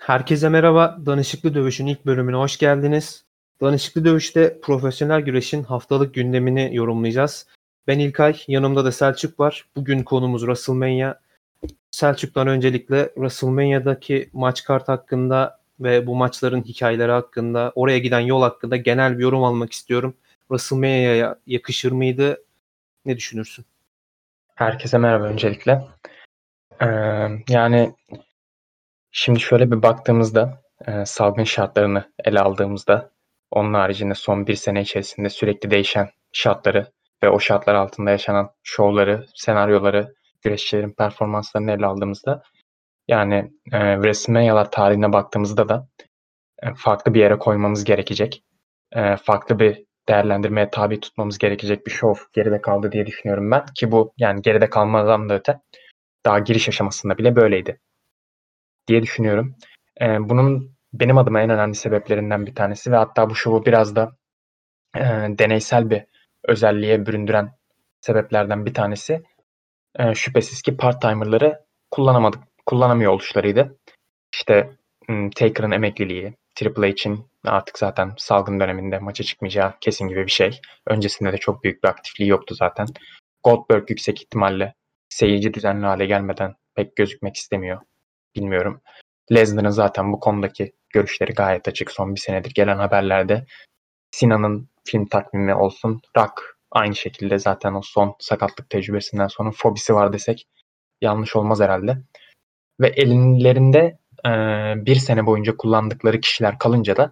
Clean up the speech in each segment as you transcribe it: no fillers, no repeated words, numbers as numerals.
Herkese merhaba. Danışıklı Dövüş'ün ilk bölümüne hoş geldiniz. Danışıklı Dövüş'te profesyonel güreşin haftalık gündemini yorumlayacağız. Ben İlkay, yanımda da Selçuk var. Bugün konumuz WrestleMania. Selçuk'tan öncelikle WrestleMania'daki maç kart hakkında ve bu maçların hikayeleri hakkında, oraya giden yol hakkında genel bir yorum almak istiyorum. WrestleMania'ya yakışır mıydı? Ne düşünürsün? Herkese merhaba öncelikle. Ee, yani şimdi şöyle bir baktığımızda salgın şartlarını ele aldığımızda onun haricinde son bir sene içerisinde sürekli değişen şartları ve o şartlar altında yaşanan şovları, senaryoları, güreşçilerin performanslarını ele aldığımızda WrestleMania'lar tarihine baktığımızda da farklı bir yere koymamız gerekecek. Farklı bir değerlendirmeye tabi tutmamız gerekecek bir şov geride kaldı diye düşünüyorum ben. Ki bu yani geride kalmadan da öte daha giriş aşamasında bile böyleydi diye düşünüyorum. Bunun benim adıma en önemli sebeplerinden bir tanesi ve hatta bu şovu biraz da deneysel bir özelliğe büründüren sebeplerden bir tanesi şüphesiz ki part-timer'ları kullanamıyor oluşlarıydı. İşte Taker'ın emekliliği, Triple H'in artık zaten salgın döneminde maça çıkmayacağı kesin gibi bir şey. Öncesinde de çok büyük bir aktifliği yoktu zaten. Goldberg yüksek ihtimalle seyirci düzenli hale gelmeden pek gözükmek istemiyor. Bilmiyorum. Lesnar'ın zaten bu konudaki görüşleri gayet açık. Son bir senedir gelen haberlerde Sina'nın film takvimi olsun. Rock aynı şekilde zaten o son sakatlık tecrübesinden sonra fobisi var desek yanlış olmaz herhalde. Ve ellerinde bir sene boyunca kullandıkları kişiler kalınca da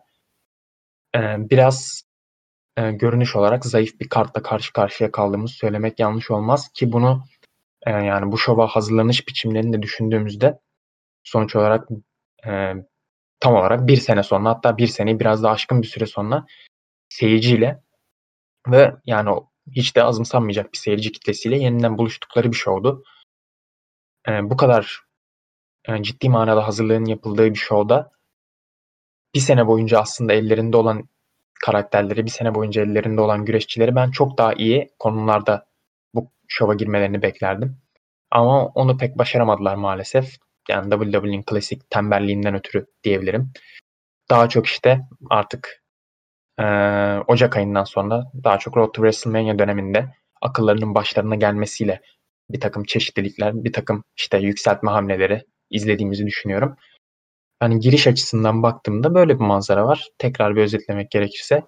biraz görünüş olarak zayıf bir kartla karşı karşıya kaldığımızı söylemek yanlış olmaz ki bunu yani bu şova hazırlanış biçimlerini de düşündüğümüzde sonuç olarak tam olarak bir sene sonra, hatta bir seneyi biraz daha aşkın bir süre sonra seyirciyle ve yani hiç de azımsanmayacak bir seyirci kitlesiyle yeniden buluştukları bir şovdu. Bu kadar ciddi manada hazırlığın yapıldığı bir şovda bir sene boyunca aslında ellerinde olan karakterleri, bir sene boyunca ellerinde olan güreşçileri ben çok daha iyi konumlarda bu şova girmelerini beklerdim. Ama onu pek başaramadılar maalesef. Yani WWE'nin klasik tembelliğinden ötürü diyebilirim. Daha çok işte artık Ocak ayından sonra daha çok Road to WrestleMania döneminde akıllarının başlarına gelmesiyle bir takım çeşitlilikler, bir takım işte yükseltme hamleleri izlediğimizi düşünüyorum. Yani giriş açısından baktığımda böyle bir manzara var. Tekrar bir özetlemek gerekirse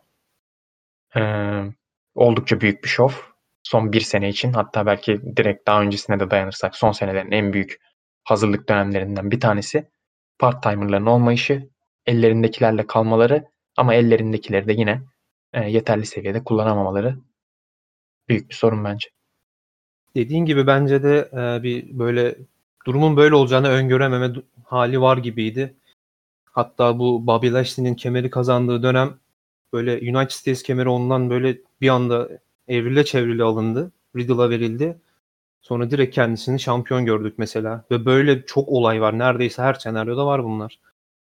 oldukça büyük bir şov. Son bir sene için, hatta belki direkt daha öncesine de dayanırsak son senelerin en büyük hazırlık dönemlerinden bir tanesi. Part-timer'ların olmayışı, ellerindekilerle kalmaları ama ellerindekileri de yine yeterli seviyede kullanamamaları büyük bir sorun bence. Dediğin gibi bence de bir böyle durumun böyle olacağını öngörememe hali var gibiydi. Hatta bu Bobby Lashley'nin kemeri kazandığı dönem böyle United States kemeri ondan böyle bir anda evrile çevrile alındı. Riddle'a verildi. Sonra direkt kendisini şampiyon gördük mesela. Ve böyle çok olay var. Neredeyse her senaryoda var bunlar.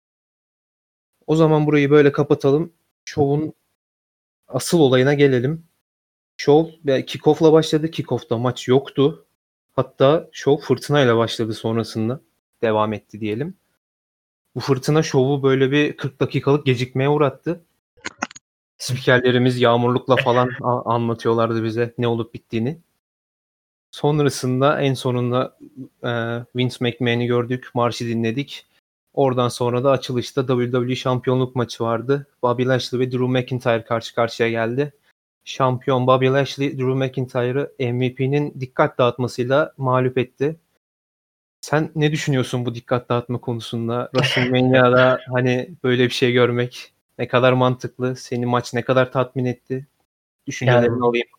O zaman burayı böyle kapatalım. Şovun asıl olayına gelelim. Şov kick-off'la başladı. Kick-off'ta maç yoktu. Hatta şov fırtınayla başladı sonrasında. Devam etti diyelim. Bu fırtına şovu böyle bir 40 dakikalık gecikmeye uğrattı. Spikerlerimiz yağmurlukla falan anlatıyorlardı bize ne olup bittiğini. Sonrasında en sonunda Vince McMahon'i gördük, marşı dinledik. Oradan sonra da açılışta WWE şampiyonluk maçı vardı. Bobby Lashley ve Drew McIntyre karşı karşıya geldi. Şampiyon Bobby Lashley, Drew McIntyre'ı MVP'nin dikkat dağıtmasıyla mağlup etti. Sen ne düşünüyorsun bu dikkat dağıtma konusunda? WrestleMania'da hani böyle bir şey görmek ne kadar mantıklı? Seni maç ne kadar tatmin etti? Düşüncelerini Yani alayım.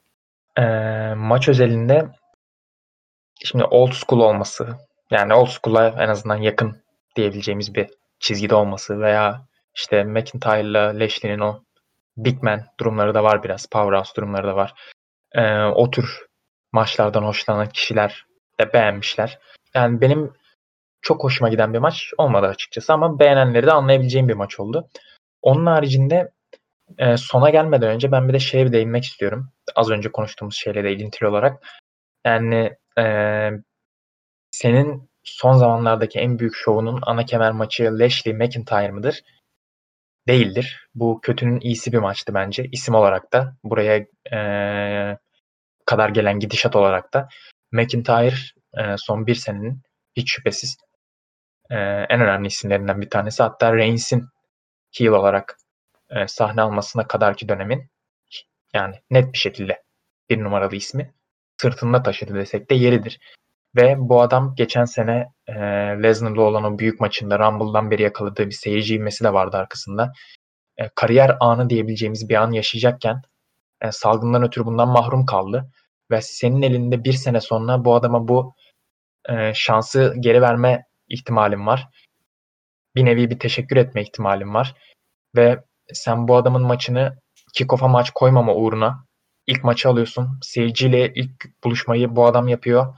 maç özelinde şimdi old school olması, yani old school'a en azından yakın diyebileceğimiz bir çizgide olması veya işte McIntyre'la Lashley'nin o big man durumları da var biraz. Powerhouse durumları da var. O tür maçlardan hoşlanan kişiler de beğenmişler. Yani benim çok hoşuma giden bir maç olmadı açıkçası ama beğenenleri de anlayabileceğim bir maç oldu. Onun haricinde sona gelmeden önce ben bir de şeye bir değinmek istiyorum. Az önce konuştuğumuz şeyle de ilintili olarak. Yani senin son zamanlardaki en büyük şovunun ana kemer maçı Lashley McIntyre mıdır? Değildir. Bu kötünün iyisi bir maçtı bence. İsim olarak da buraya kadar gelen gidişat olarak da McIntyre son bir senenin hiç şüphesiz en önemli isimlerinden bir tanesi. Hatta Reigns'in heel olarak sahne almasına kadarki dönemin yani net bir şekilde bir numaralı ismi sırtında taşıdı desek de yeridir. Ve bu adam geçen sene Lesnar'la olan o büyük maçında Rumble'dan beri yakaladığı bir seyirci ivmesi de vardı arkasında. Kariyer anı diyebileceğimiz bir an yaşayacakken salgından ötürü bundan mahrum kaldı. Ve senin elinde bir sene sonra bu adama bu şansı geri verme ihtimalin var. Bir nevi bir teşekkür etme ihtimalin var. Ve sen bu adamın maçını kick-off'a maç koymama uğruna ilk maçı alıyorsun. Seyirciyle ilk buluşmayı bu adam yapıyor.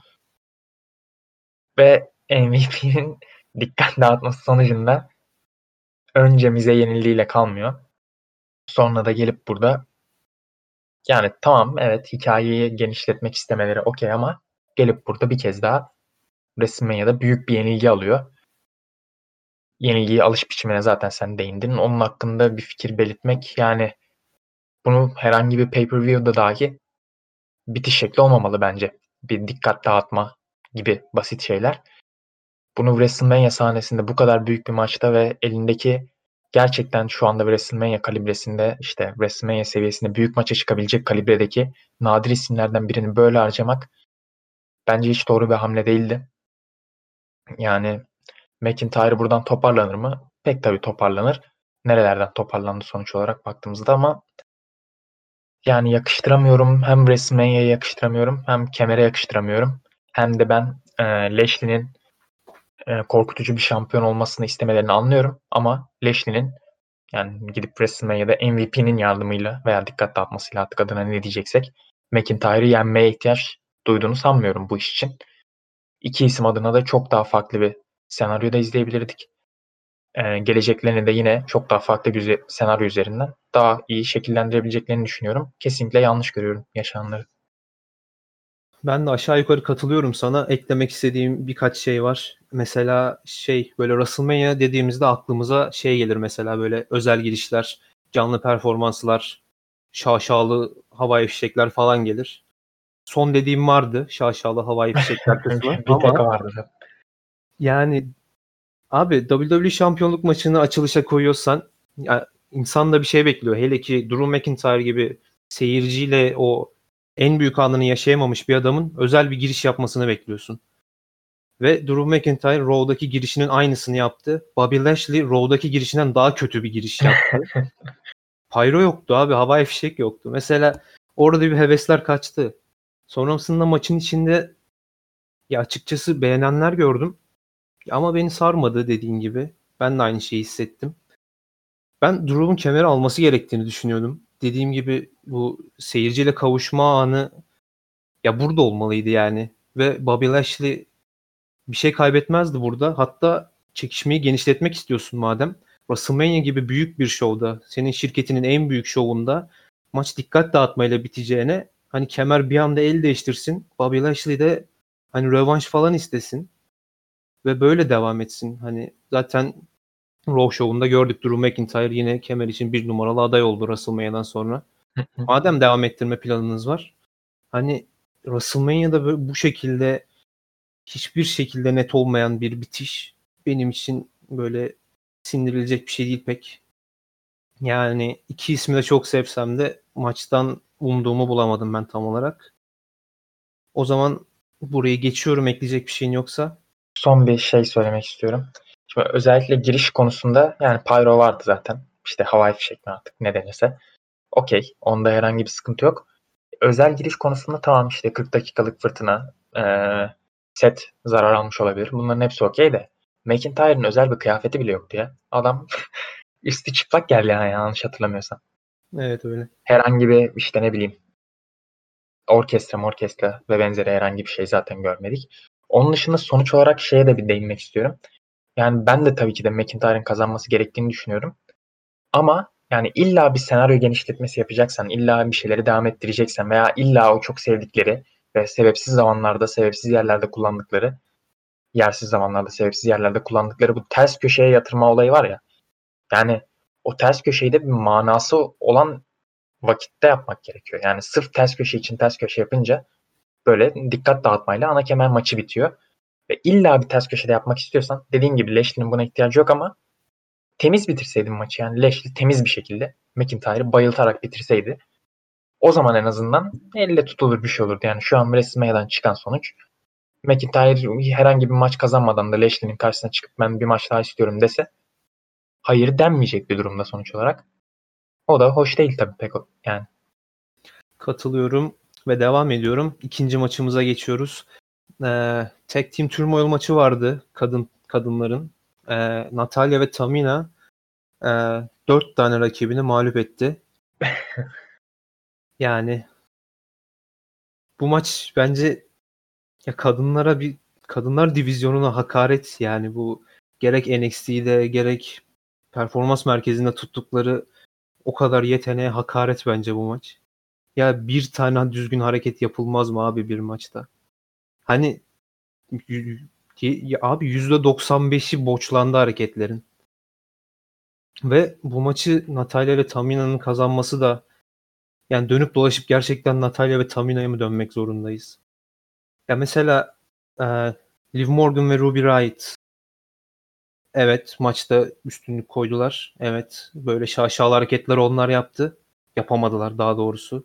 Ve MVP'nin dikkat dağıtması sonucunda önce Miz'e yenildiğiyle kalmıyor. Sonra da gelip burada yani tamam evet hikayeyi genişletmek istemeleri okey ama gelip burada bir kez daha WrestleMania'da büyük bir yenilgi alıyor. Yenilgiyi alış biçimine zaten sen değindin. Onun hakkında bir fikir belirtmek yani bunu herhangi bir pay-per-view'da dahi bitiş şekli olmamalı bence. Bir dikkat dağıtma gibi basit şeyler. Bunu WrestleMania sahnesinde bu kadar büyük bir maçta ve elindeki gerçekten şu anda WrestleMania kalibresinde işte WrestleMania seviyesinde büyük maça çıkabilecek kalibredeki nadir isimlerden birini böyle harcamak bence hiç doğru bir hamle değildi. Yani McIntyre buradan toparlanır mı? Pek tabii toparlanır. Nerelerden toparlandı sonuç olarak baktığımızda ama yani yakıştıramıyorum. Hem WrestleMania'ya yakıştıramıyorum hem kemere yakıştıramıyorum. Hem de ben Lashley'nin korkutucu bir şampiyon olmasını istemelerini anlıyorum. Ama Lashley'nin yani gidip WrestleMania'da MVP'nin yardımıyla veya dikkat dağıtmasıyla artık adına ne diyeceksek McIntyre'ı yenmeye ihtiyaç duyduğunu sanmıyorum bu iş için. İki isim adına da çok daha farklı bir senaryoda izleyebilirdik. Geleceklerini de yine çok daha farklı bir senaryo üzerinden daha iyi şekillendirebileceklerini düşünüyorum. Kesinlikle yanlış görüyorum yaşananları. Ben de aşağı yukarı katılıyorum sana. Eklemek istediğim birkaç şey var. Mesela böyle WrestleMania dediğimizde aklımıza gelir mesela böyle özel girişler, canlı performanslar, şaşalı havai fişekler falan gelir. Son dediğim vardı, şaşalı havai fişekler kısmı Bir tek ama o vardı. yani abi WWE şampiyonluk maçını açılışa koyuyorsan ya, insan da bir şey bekliyor. Hele ki Drew McIntyre gibi seyirciyle o en büyük anını yaşayamamış bir adamın özel bir giriş yapmasını bekliyorsun. Ve Drew McIntyre Raw'daki girişinin aynısını yaptı. Bobby Lashley Raw'daki girişinden daha kötü bir giriş yaptı. Pyro yoktu abi, havai fişek yoktu. Mesela orada bir hevesler kaçtı. Sonrasında maçın içinde ya açıkçası beğenenler gördüm. Ama beni sarmadı dediğin gibi. Ben de aynı şeyi hissettim. Ben Drew'un kemeri alması gerektiğini düşünüyordum. Dediğim gibi bu seyirciyle kavuşma anı ya burada olmalıydı yani. Ve Bobby Lashley bir şey kaybetmezdi burada. Hatta çekişmeyi genişletmek istiyorsun madem. WrestleMania gibi büyük bir şovda, senin şirketinin en büyük şovunda maç dikkat dağıtmayla biteceğine hani kemer bir anda el değiştirsin. Bobby Lashley de hani rövanş falan istesin ve böyle devam etsin. Hani zaten Raw Show'unda gördük, Drew McIntyre yine kemer için bir numaralı aday oldu WrestleMania'dan sonra. Madem devam ettirme planınız var, hani WrestleMania'da bu şekilde hiçbir şekilde net olmayan bir bitiş benim için böyle sindirilecek bir şey değil pek. Yani iki ismi de çok sevsem de maçtan umduğumu bulamadım ben tam olarak. O zaman burayı geçiyorum, ekleyecek bir şeyin yoksa. Son bir şey söylemek istiyorum. Şimdi özellikle giriş konusunda yani pyro vardı zaten. İşte havai fişek mi artık ne denirse. Okey. Onda herhangi bir sıkıntı yok. Özel giriş konusunda tamam işte 40 dakikalık fırtına set zarar almış olabilir. Bunların hepsi okey de McIntyre'ın özel bir kıyafeti bile yoktu ya. Adam üstü çıplak geldi yani yanlış hatırlamıyorsam. Evet öyle. Herhangi bir işte ne bileyim orkestra ve benzeri herhangi bir şey zaten görmedik. Onun dışında sonuç olarak şeye de bir değinmek istiyorum. Yani ben de tabii ki de McIntyre'ın kazanması gerektiğini düşünüyorum. Ama yani illa bir senaryo genişletmesi yapacaksan, illa bir şeyleri devam ettireceksen veya illa o çok sevdikleri ve sebepsiz zamanlarda, sebepsiz yerlerde kullandıkları yersiz zamanlarda, sebepsiz yerlerde kullandıkları bu ters köşeye yatırma olayı var ya. Yani o ters köşeyi de bir manası olan vakitte yapmak gerekiyor. Yani sırf ters köşe için ters köşe yapınca böyle dikkat dağıtmayla ana kemer maçı bitiyor. Ve illa bir ters köşede yapmak istiyorsan, dediğim gibi Lashley'nin buna ihtiyacı yok ama temiz bitirseydin maçı, yani Lashley temiz bir şekilde McIntyre'ı bayıltarak bitirseydi, o zaman en azından elle tutulur bir şey olurdu. Yani şu an WrestleMania'dan çıkan sonuç, McIntyre herhangi bir maç kazanmadan da Lashley'nin karşısına çıkıp ben bir maç daha istiyorum dese, hayır denmeyecek bir durumda sonuç olarak. O da hoş değil tabii pek yani. Katılıyorum ve devam ediyorum. İkinci maçımıza geçiyoruz. Tag Team Turmoil maçı vardı kadınların. Natalya ve Tamina 4 tane rakibini mağlup etti. Yani bu maç bence ya kadınlar divizyonuna hakaret, yani bu gerek NXT'de gerek performans merkezinde tuttukları o kadar yeteneğe hakaret bence bu maç. Ya bir tane düzgün hareket yapılmaz mı abi bir maçta? Hani abi %95'i boçlandı hareketlerin. Ve bu maçı Natalya ve Tamina'nın kazanması da, yani dönüp dolaşıp gerçekten Natalya ve Tamina'ya mı dönmek zorundayız? Ya mesela e, Liv Morgan ve Ruby Riott, evet maçta üstünlük koydular. Evet böyle şaşalı hareketler onlar yaptı. Yapamadılar daha doğrusu.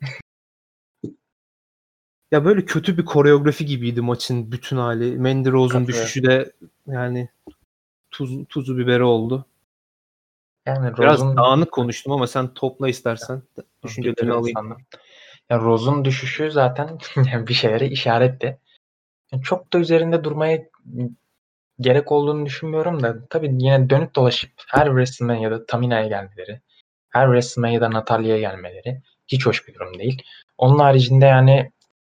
Ya böyle kötü bir koreografi gibiydi maçın bütün hali. Mandy Rose'un Katılıyorum. düşüşü de yani tuzu biberi oldu. Yani Biraz Rose'un dağınık konuştum ama sen topla istersen düşüncelerini bitiririz alayım. sandım. Ya Rose'un düşüşü zaten bir şeylere işaretti. Yani çok da üzerinde durmaya gerek olduğunu düşünmüyorum da tabii yine dönüp dolaşıp her WrestleMania'da Tamina'ya gelmeleri, her WrestleMania'da Natalya'ya gelmeleri hiç hoş bir durum değil. Onun haricinde yani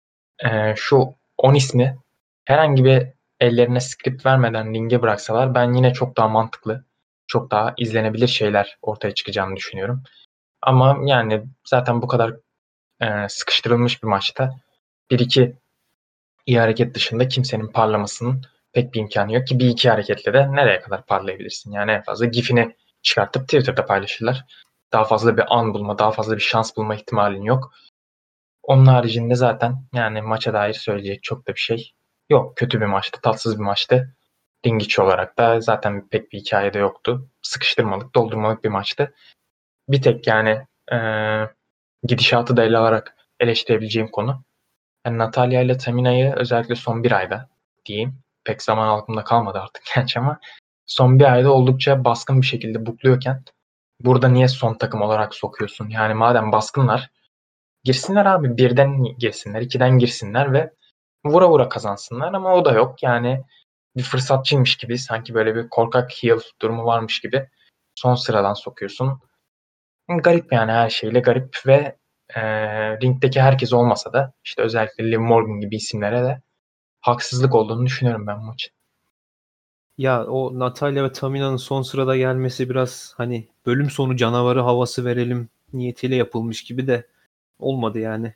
şu 10 ismi herhangi bir ellerine script vermeden ringe bıraksalar ben yine çok daha mantıklı, çok daha izlenebilir şeyler ortaya çıkacağını düşünüyorum. Ama yani zaten bu kadar sıkıştırılmış bir maçta bir iki iyi hareket dışında kimsenin parlamasının pek bir imkanı yok ki bir iki hareketle de nereye kadar parlayabilirsin? Yani en fazla gifini çıkartıp Twitter'da paylaşırlar. Daha fazla bir an bulma, daha fazla bir şans bulma ihtimalin yok. Onun haricinde zaten yani maça dair söyleyecek çok da bir şey yok. Kötü bir maçtı, tatsız bir maçtı. Ring içi olarak da zaten pek bir hikaye de yoktu. Sıkıştırmalık, doldurmalık bir maçtı. Bir tek yani gidişatı da ele alarak eleştirebileceğim konu. Yani Natalya ile Tamina'yı özellikle son bir ayda diyeyim. Pek zaman aklımda kalmadı artık gerçi ama son bir ayda oldukça baskın bir şekilde bukluyorken burada niye son takım olarak sokuyorsun? Yani madem baskınlar girsinler abi. Birden girsinler, ikiden girsinler ve vura vura kazansınlar ama o da yok. Yani bir fırsatçıymış gibi sanki böyle bir korkak heel durumu varmış gibi son sıradan sokuyorsun. Garip yani her şeyle garip ve ringdeki herkes olmasa da işte özellikle Liv Morgan gibi isimlere de haksızlık olduğunu düşünüyorum ben bu maçın. Ya o Natalya ve Tamina'nın son sırada gelmesi biraz hani bölüm sonu canavarı havası verelim niyetiyle yapılmış gibi de olmadı yani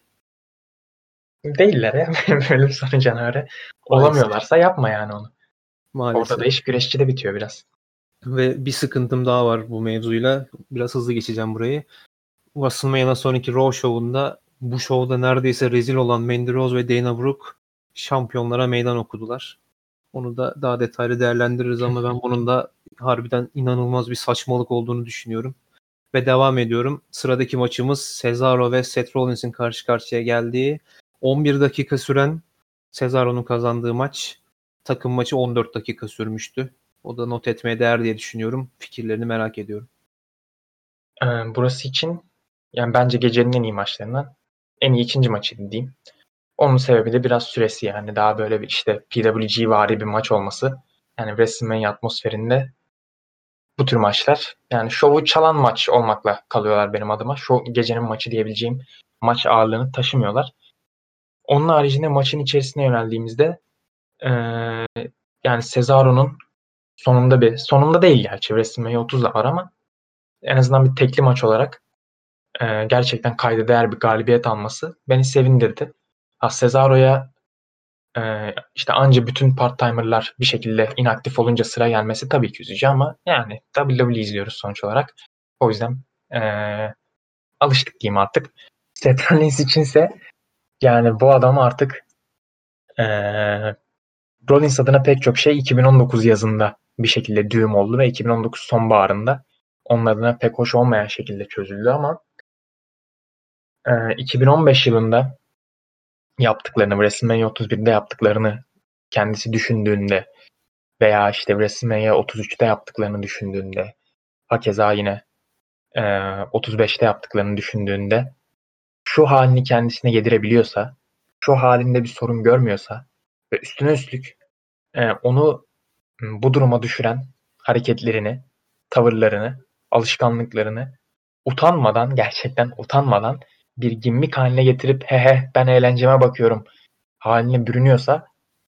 Değiller ya bölüm sonu canavarı. maalesef. Olamıyorlarsa yapma yani onu. Orada da Maalesef. iş güreşçide bitiyor biraz. Ve bir sıkıntım daha var bu mevzuyla. Biraz hızlı geçeceğim burayı. WrestleMania'dan sonraki Raw şovunda bu şovda neredeyse rezil olan Mandy Rose ve Dana Brooke şampiyonlara meydan okudular. Onu da daha detaylı değerlendiririz ama ben bunun da harbiden inanılmaz bir saçmalık olduğunu düşünüyorum. Ve devam ediyorum. Sıradaki maçımız Cesaro ve Seth Rollins'in karşı karşıya geldiği 11 dakika süren Cesaro'nun kazandığı maç. Takım maçı 14 dakika sürmüştü. O da not etmeye değer diye düşünüyorum. Fikirlerini merak ediyorum. Burası için yani bence gecenin en iyi maçlarından en iyi ikinci maçıydı diyeyim. Onun sebebi de biraz süresi yani daha böyle bir işte PWG-vari bir maç olması. Yani WrestleMania atmosferinde bu tür maçlar yani şovu çalan maç olmakla kalıyorlar benim adıma. Şu gecenin maçı diyebileceğim maç ağırlığını taşımıyorlar. Onun haricinde maçın içerisine yöneldiğimizde ee, yani Cesaro'nun sonunda değil gerçi WrestleMania 30 da var ama en azından bir tekli maç olarak gerçekten kayda değer bir galibiyet alması beni sevindirdi. Ha, Cesaro'ya işte anca bütün part-timer'lar bir şekilde inaktif olunca sıra gelmesi tabii ki üzücü ama yani WWE izliyoruz sonuç olarak. O yüzden alıştık diyeyim artık. Seth Rollins içinse yani bu adam artık Rollins adına pek çok şey 2019 yazında bir şekilde düğüm oldu ve 2019 sonbaharında onun adına pek hoş olmayan şekilde çözüldü ama 2015 yılında yaptıklarını, WrestleMania 31'de yaptıklarını kendisi düşündüğünde veya işte WrestleMania 33'te yaptıklarını düşündüğünde, hakeza yine 35'te yaptıklarını düşündüğünde şu halini kendisine yedirebiliyorsa, şu halinde bir sorun görmüyorsa ve üstüne üstlük onu bu duruma düşüren hareketlerini, tavırlarını, alışkanlıklarını utanmadan, gerçekten utanmadan bir gimmick haline getirip he ben eğlenceme bakıyorum haline bürünüyorsa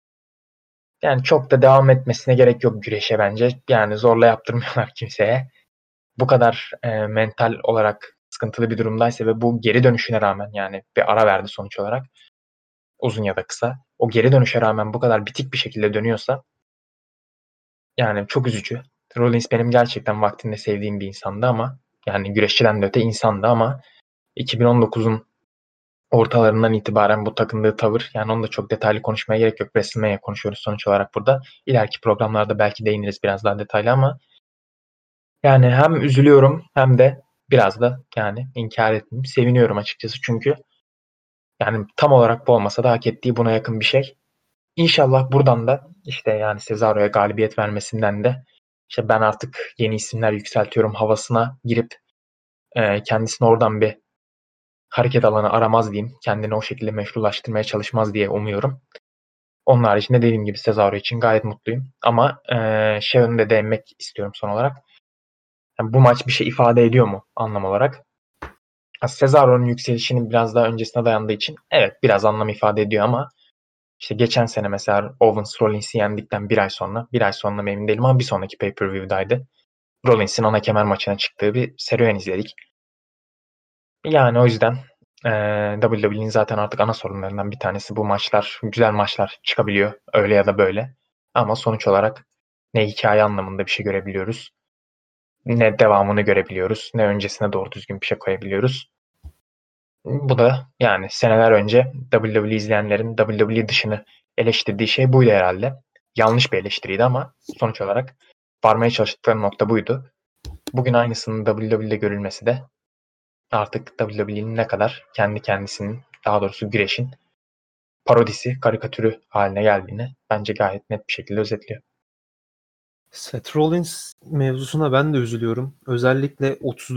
yani çok da devam etmesine gerek yok güreşe bence. Yani zorla yaptırmıyorlar kimseye. Bu kadar mental olarak sıkıntılı bir durumdaysa ve bu geri dönüşüne rağmen yani bir ara verdi sonuç olarak uzun ya da kısa. O geri dönüşe rağmen bu kadar bitik bir şekilde dönüyorsa yani çok üzücü. Rollins benim gerçekten vaktinde sevdiğim bir insandı ama yani güreşçiden de öte insandı ama 2019'un ortalarından itibaren bu takındığı tavır yani onu da çok detaylı konuşmaya gerek yok. WrestleMania konuşuyoruz sonuç olarak burada. İleriki programlarda belki değiniriz biraz daha detaylı ama yani hem üzülüyorum hem de biraz da yani inkar etmeyeyim. Seviniyorum açıkçası çünkü yani tam olarak bu olmasa da hak ettiği buna yakın bir şey. İnşallah buradan da işte yani Cesaro'ya galibiyet vermesinden de işte ben artık yeni isimler yükseltiyorum havasına girip kendisini oradan bir hareket alanı aramaz diyeyim. Kendini o şekilde meşrulaştırmaya çalışmaz diye umuyorum. Onun haricinde dediğim gibi Cesaro için gayet mutluyum. Ama şey önünde değinmek istiyorum son olarak. Yani bu maç bir şey ifade ediyor mu anlam olarak? Cesaro'nun yükselişinin biraz daha öncesine dayandığı için evet biraz anlam ifade ediyor ama işte geçen sene mesela Owens Rollins'i yendikten bir ay sonra emin değilim ama bir sonraki pay-per-view'daydı. Rollins'in ana kemer maçına çıktığı bir serüven izledik. Yani o yüzden WWE'nin zaten artık ana sorunlarından bir tanesi bu maçlar. Güzel maçlar çıkabiliyor öyle ya da böyle. Ama sonuç olarak ne hikaye anlamında bir şey görebiliyoruz, ne devamını görebiliyoruz, ne öncesine doğru düzgün bir şey koyabiliyoruz. Bu da yani seneler önce WWE izleyenlerin WWE dışını eleştirdiği şey buydu herhalde. Yanlış bir eleştiriydi ama sonuç olarak varmaya çalıştıkları nokta buydu. Bugün aynısının WWE'de görülmesi de artık WWE'nin ne kadar kendi kendisinin, daha doğrusu güreşin parodisi, karikatürü haline geldiğini bence gayet net bir şekilde özetliyor. Seth Rollins mevzusuna ben de üzülüyorum. Özellikle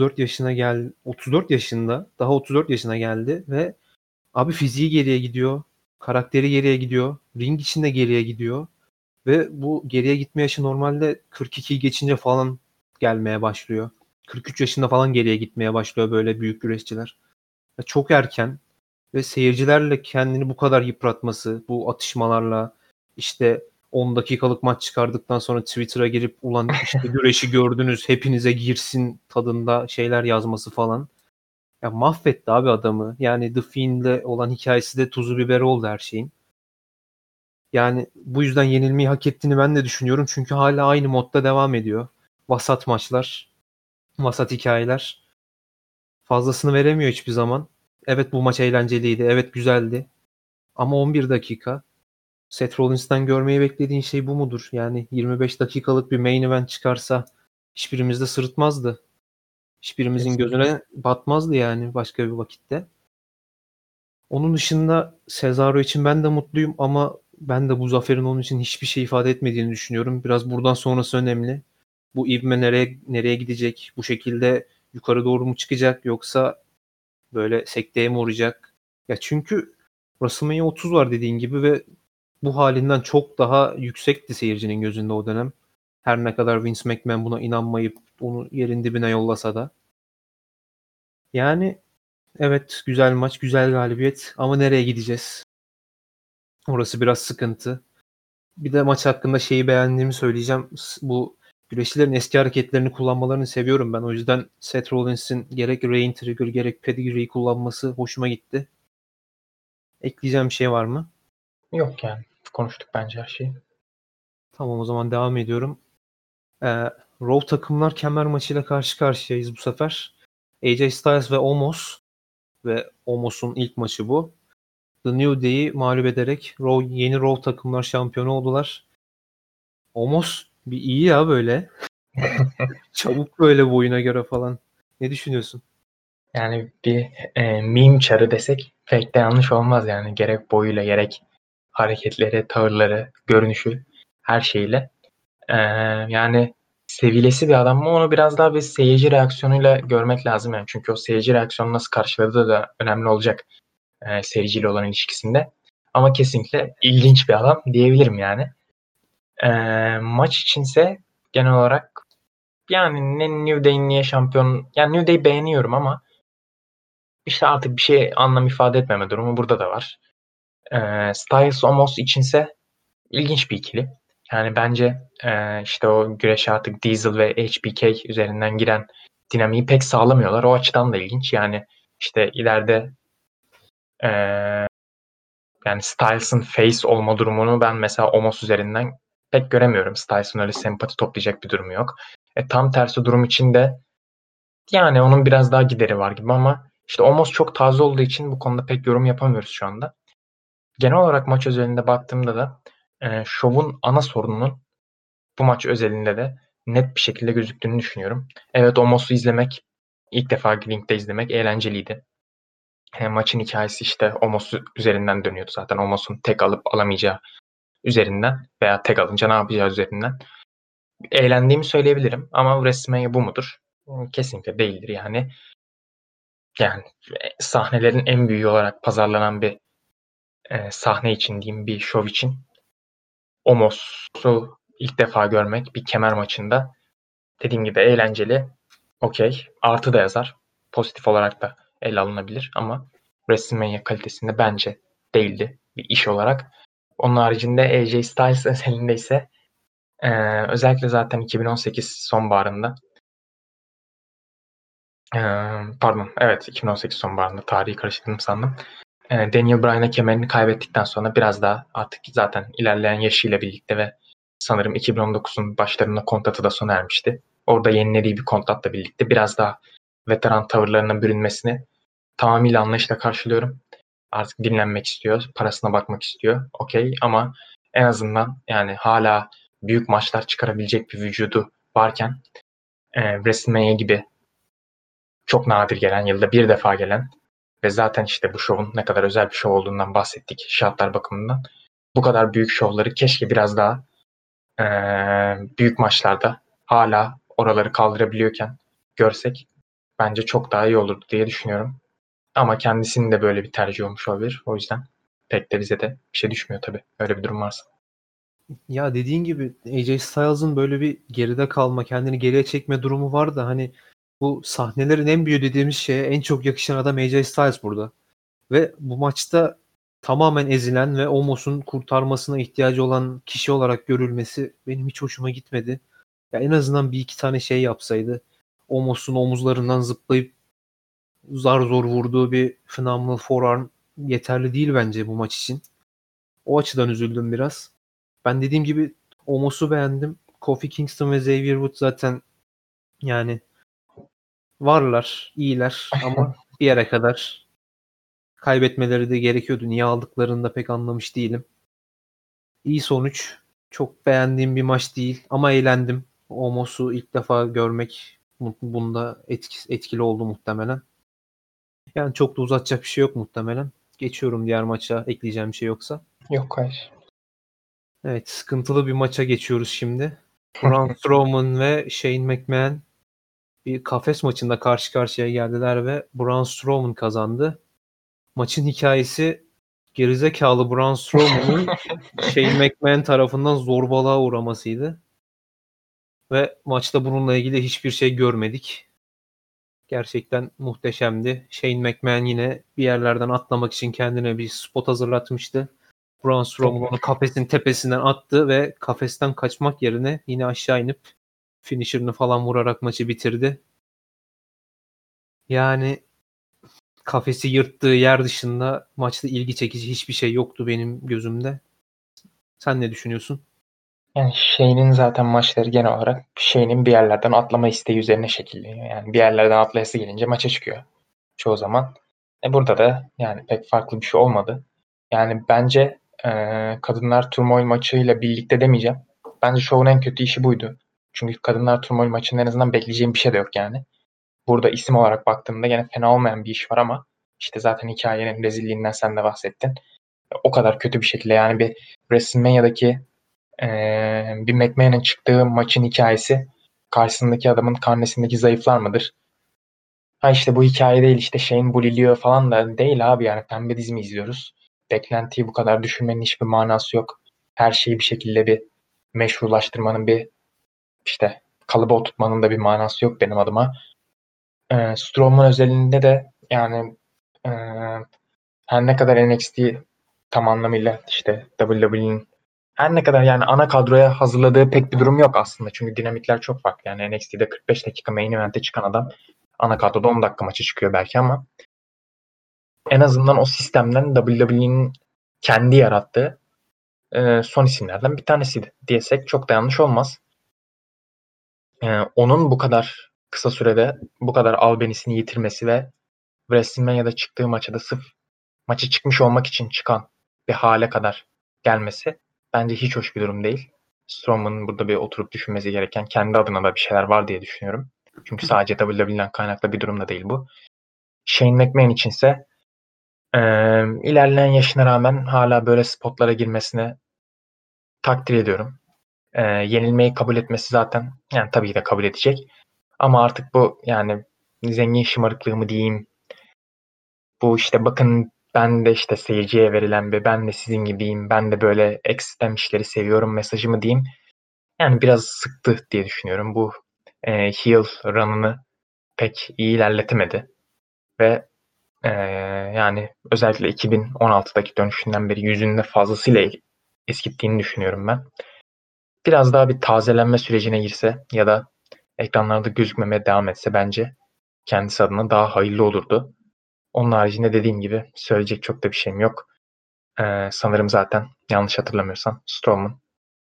34 yaşında, daha 34 yaşına geldi ve abi fiziği geriye gidiyor, karakteri geriye gidiyor, ring içinde geriye gidiyor ve bu geriye gitme yaşı normalde 42'yi geçince falan gelmeye başlıyor. 43 yaşında falan geriye gitmeye başlıyor böyle büyük güreşçiler. Çok erken ve seyircilerle kendini bu kadar yıpratması, bu atışmalarla işte 10 dakikalık maç çıkardıktan sonra Twitter'a girip ulan işte güreşi gördünüz hepinize girsin tadında şeyler yazması falan. Ya mahvetti abi adamı. Yani The Fiend'le olan hikayesi de tuzu biberi oldu her şeyin. Yani bu yüzden yenilmeyi hak ettiğini ben de düşünüyorum. Çünkü hala aynı modda devam ediyor. Vasat maçlar, vasat hikayeler. Fazlasını veremiyor hiçbir zaman. Evet bu maç eğlenceliydi. Evet güzeldi. Ama 11 dakika. Seth Rollins'ten görmeyi beklediğin şey bu mudur? Yani 25 dakikalık bir main event çıkarsa hiçbirimiz de sırıtmazdı. Hiçbirimizin Kesinlikle. gözüne batmazdı yani başka bir vakitte. Onun dışında Cesaro için ben de mutluyum ama ben de bu zaferin onun için hiçbir şey ifade etmediğini düşünüyorum. Biraz buradan sonrası önemli. Bu ivme nereye gidecek? Bu şekilde yukarı doğru mu çıkacak yoksa böyle sekteye mi uğrayacak? Ya çünkü WrestleMania 30 var dediğin gibi ve bu halinden çok daha yüksekti seyircinin gözünde o dönem. Her ne kadar Vince McMahon buna inanmayıp onu yerin dibine yollasa da. Yani evet güzel maç, güzel galibiyet ama nereye gideceğiz? Orası biraz sıkıntı. Bir de maç hakkında şeyi beğendiğimi söyleyeceğim. Bu güreşçilerin eski hareketlerini kullanmalarını seviyorum ben. O yüzden Seth Rollins'in gerek Rain Trigger gerek Pedigree'yi kullanması hoşuma gitti. Ekleyeceğim bir şey var mı? Yok yani. konuştuk bence her şeyi. Tamam, o zaman devam ediyorum. Raw takımlar kemer maçıyla karşı karşıyayız bu sefer. AJ Styles ve Omos ve Omos'un ilk maçı bu. The New Day'i mağlup ederek yeni Raw takımlar şampiyonu oldular. Omos bir iyi ya böyle. Çabuk böyle boyuna göre falan. Ne düşünüyorsun? Yani bir meme çarı desek pek de yanlış olmaz yani. Gerek boyuyla gerek hareketleri, tavırları, görünüşü her şeyle. E, Yani sevilesi bir adam mı onu biraz daha bir seyirci reaksiyonuyla görmek lazım yani. Çünkü o seyirci reaksiyonu nasıl karşıladığı da önemli olacak seyirciyle olan ilişkisinde. Ama kesinlikle ilginç bir adam diyebilirim yani. Maç içinse genel olarak yani ne New Day'in niye şampiyon yani New Day'i beğeniyorum ama işte artık bir şey anlam ifade etmeme durumu burada da var. Styles Omos içinse ilginç bir ikili. Yani bence işte o güreş artık Diesel ve HBK üzerinden giren dinamiği pek sağlamıyorlar. O açıdan da ilginç. Yani işte ileride yani Styles'ın face olma durumunu ben mesela Omos üzerinden pek göremiyorum. Styles'ın öyle sempati toplayacak bir durumu yok. Tam tersi durum için de yani onun biraz daha gideri var gibi ama işte Omos çok taze olduğu için bu konuda pek yorum yapamıyoruz şu anda. Genel olarak maç özelinde baktığımda da şovun ana sorununun bu maç özelinde de net bir şekilde gözüktüğünü düşünüyorum. Evet, Omos'u izlemek, ilk defa Link'te izlemek eğlenceliydi. Maçın hikayesi işte Omos üzerinden dönüyordu zaten. Omos'un tek alıp alamayacağı üzerinden veya tek alınca ne yapacağı üzerinden. Eğlendiğimi söyleyebilirim ama WrestleMania bu mudur? Kesinlikle değildir yani. Yani sahnelerin en büyüğü olarak pazarlanan bir sahne için diyeyim, bir şov için Omos'u ilk defa görmek bir kemer maçında dediğim gibi eğlenceli, okey. Artı da yazar. Pozitif olarak da ele alınabilir ama WrestleMania kalitesinde bence değildi bir iş olarak. Onun haricinde AJ Styles özelinde ise özellikle zaten 2018 sonbaharında pardon, evet, 2018 sonbaharında tarihi karıştırdım sandım. Daniel Bryan'a kemerini kaybettikten sonra biraz daha artık zaten ilerleyen yaşıyla birlikte ve sanırım 2019'un başlarında kontratı da sona ermişti. Orada yenilediği bir kontratla birlikte biraz daha veteran tavırlarına bürünmesini tamamıyla anlayışla karşılıyorum. Artık dinlenmek istiyor, parasına bakmak istiyor. Okey, ama en azından yani hala büyük maçlar çıkarabilecek bir vücudu varken WrestleMania gibi çok nadir gelen, yılda bir defa gelen ve zaten işte bu şovun ne kadar özel bir şov olduğundan bahsettik şartlar bakımından. Bu kadar büyük şovları keşke biraz daha büyük maçlarda hala oraları kaldırabiliyorken görsek bence çok daha iyi olurdu diye düşünüyorum. Ama kendisinin de böyle bir tercih olmuş olabilir. O yüzden pek de bize de bir şey düşmüyor tabii. Öyle bir durum varsa. Ya dediğin gibi AJ Styles'ın böyle bir geride kalma, kendini geriye çekme durumu var da hani bu sahnelerin en büyüğü dediğimiz şeye en çok yakışan adam AJ Styles burada. Ve bu maçta tamamen ezilen ve Omos'un kurtarmasına ihtiyacı olan kişi olarak görülmesi benim hiç hoşuma gitmedi. Ya en azından bir iki tane şey yapsaydı. Omos'un omuzlarından zıplayıp zar zor vurduğu bir phenomenal forearm yeterli değil bence bu maç için. O açıdan üzüldüm biraz. Ben dediğim gibi Omos'u beğendim. Kofi Kingston ve Xavier Woods zaten yani varlar, iyiler ama bir yere kadar kaybetmeleri de gerekiyordu. Niye aldıklarını da pek anlamış değilim. İyi sonuç. Çok beğendiğim bir maç değil ama eğlendim. Omos'u ilk defa görmek bunda etkili oldu muhtemelen. Yani çok da uzatacak bir şey yok muhtemelen. Geçiyorum diğer maça, ekleyeceğim bir şey yoksa. Yok, hayır. Evet, sıkıntılı bir maça geçiyoruz şimdi. Braun Strowman ve Shane McMahon bir kafes maçında karşı karşıya geldiler ve Braun Strowman kazandı. Maçın hikayesi gerizekalı Braun Strowman'ın Shane McMahon tarafından zorbalığa uğramasıydı. Ve maçta bununla ilgili hiçbir şey görmedik. Gerçekten muhteşemdi. Shane McMahon yine bir yerlerden atlamak için kendine bir spot hazırlatmıştı. Braun Strowman onu kafesin tepesinden attı ve kafesten kaçmak yerine yine aşağı inip finisher'ını falan vurarak maçı bitirdi. Yani kafesi yırttığı yer dışında maçta ilgi çekici hiçbir şey yoktu benim gözümde. Sen ne düşünüyorsun? Yani Shane'in zaten maçları genel olarak Shane'in bir yerlerden atlama isteği üzerine şekilleniyor. Yani bir yerlerden atlayası gelince maça çıkıyor çoğu zaman. Burada da yani pek farklı bir şey olmadı. Yani bence Kadınlar Turmoil maçıyla birlikte demeyeceğim. Bence şovun en kötü işi buydu. Çünkü Kadınlar Turmoil maçında en azından bekleyeceğim bir şey de yok yani. Burada isim olarak baktığımda gene fena olmayan bir iş var ama işte zaten hikayenin rezilliğinden sen de bahsettin. O kadar kötü bir şekilde yani bir WrestleMania'daki bir McMahon'ın çıktığı maçın hikayesi karşısındaki adamın karnesindeki zayıflar mıdır? Ha işte bu hikaye değil işte Shane buliliyor falan da değil abi yani pembe dizi mi izliyoruz? Beklentiyi bu kadar düşürmenin hiçbir manası yok. Her şeyi bir şekilde bir meşrulaştırmanın bir işte kalıba oturtmanın da bir manası yok benim adıma. Strowman özelinde de yani e, her ne kadar NXT tam anlamıyla işte WWE'nin her ne kadar yani ana kadroya hazırladığı pek bir durum yok aslında. Çünkü dinamikler çok farklı. Yani NXT'de 45 dakika main event'e çıkan adam ana kadroda 10 dakika maçı çıkıyor belki ama en azından o sistemden WWE'nin kendi yarattığı son isimlerden bir tanesiydi diyesek çok da yanlış olmaz. Onun bu kadar kısa sürede bu kadar albenisini yitirmesi ve WrestleMania'da çıktığı maçta da sırf maçı çıkmış olmak için çıkan bir hale kadar gelmesi bence hiç hoş bir durum değil. Strowman'ın burada bir oturup düşünmesi gereken kendi adına da bir şeyler var diye düşünüyorum. Çünkü sadece WWE'den kaynaklı bir durum da değil bu. Shane McMahon içinse ilerleyen yaşına rağmen hala böyle spotlara girmesine takdir ediyorum. Yenilmeyi kabul etmesi zaten yani tabii ki de kabul edecek. Ama artık bu yani zengin şımarıklığı mı diyeyim, bu işte bakın ben de işte seyirciye verilen bir ben de sizin gibiyim, ben de böyle ekstrem işleri seviyorum mesajı mı diyeyim. Yani biraz sıktı diye düşünüyorum. Bu heel run'ını pek iyi ilerletemedi. Ve yani özellikle 2016'daki dönüşünden beri yüzünde fazlasıyla eskittiğini düşünüyorum ben. Biraz daha bir tazelenme sürecine girse ya da ekranlarda gözükmemeye devam etse bence kendisi adına daha hayırlı olurdu. Onun haricinde dediğim gibi söyleyecek çok da bir şeyim yok. Sanırım zaten yanlış hatırlamıyorsam Strowman.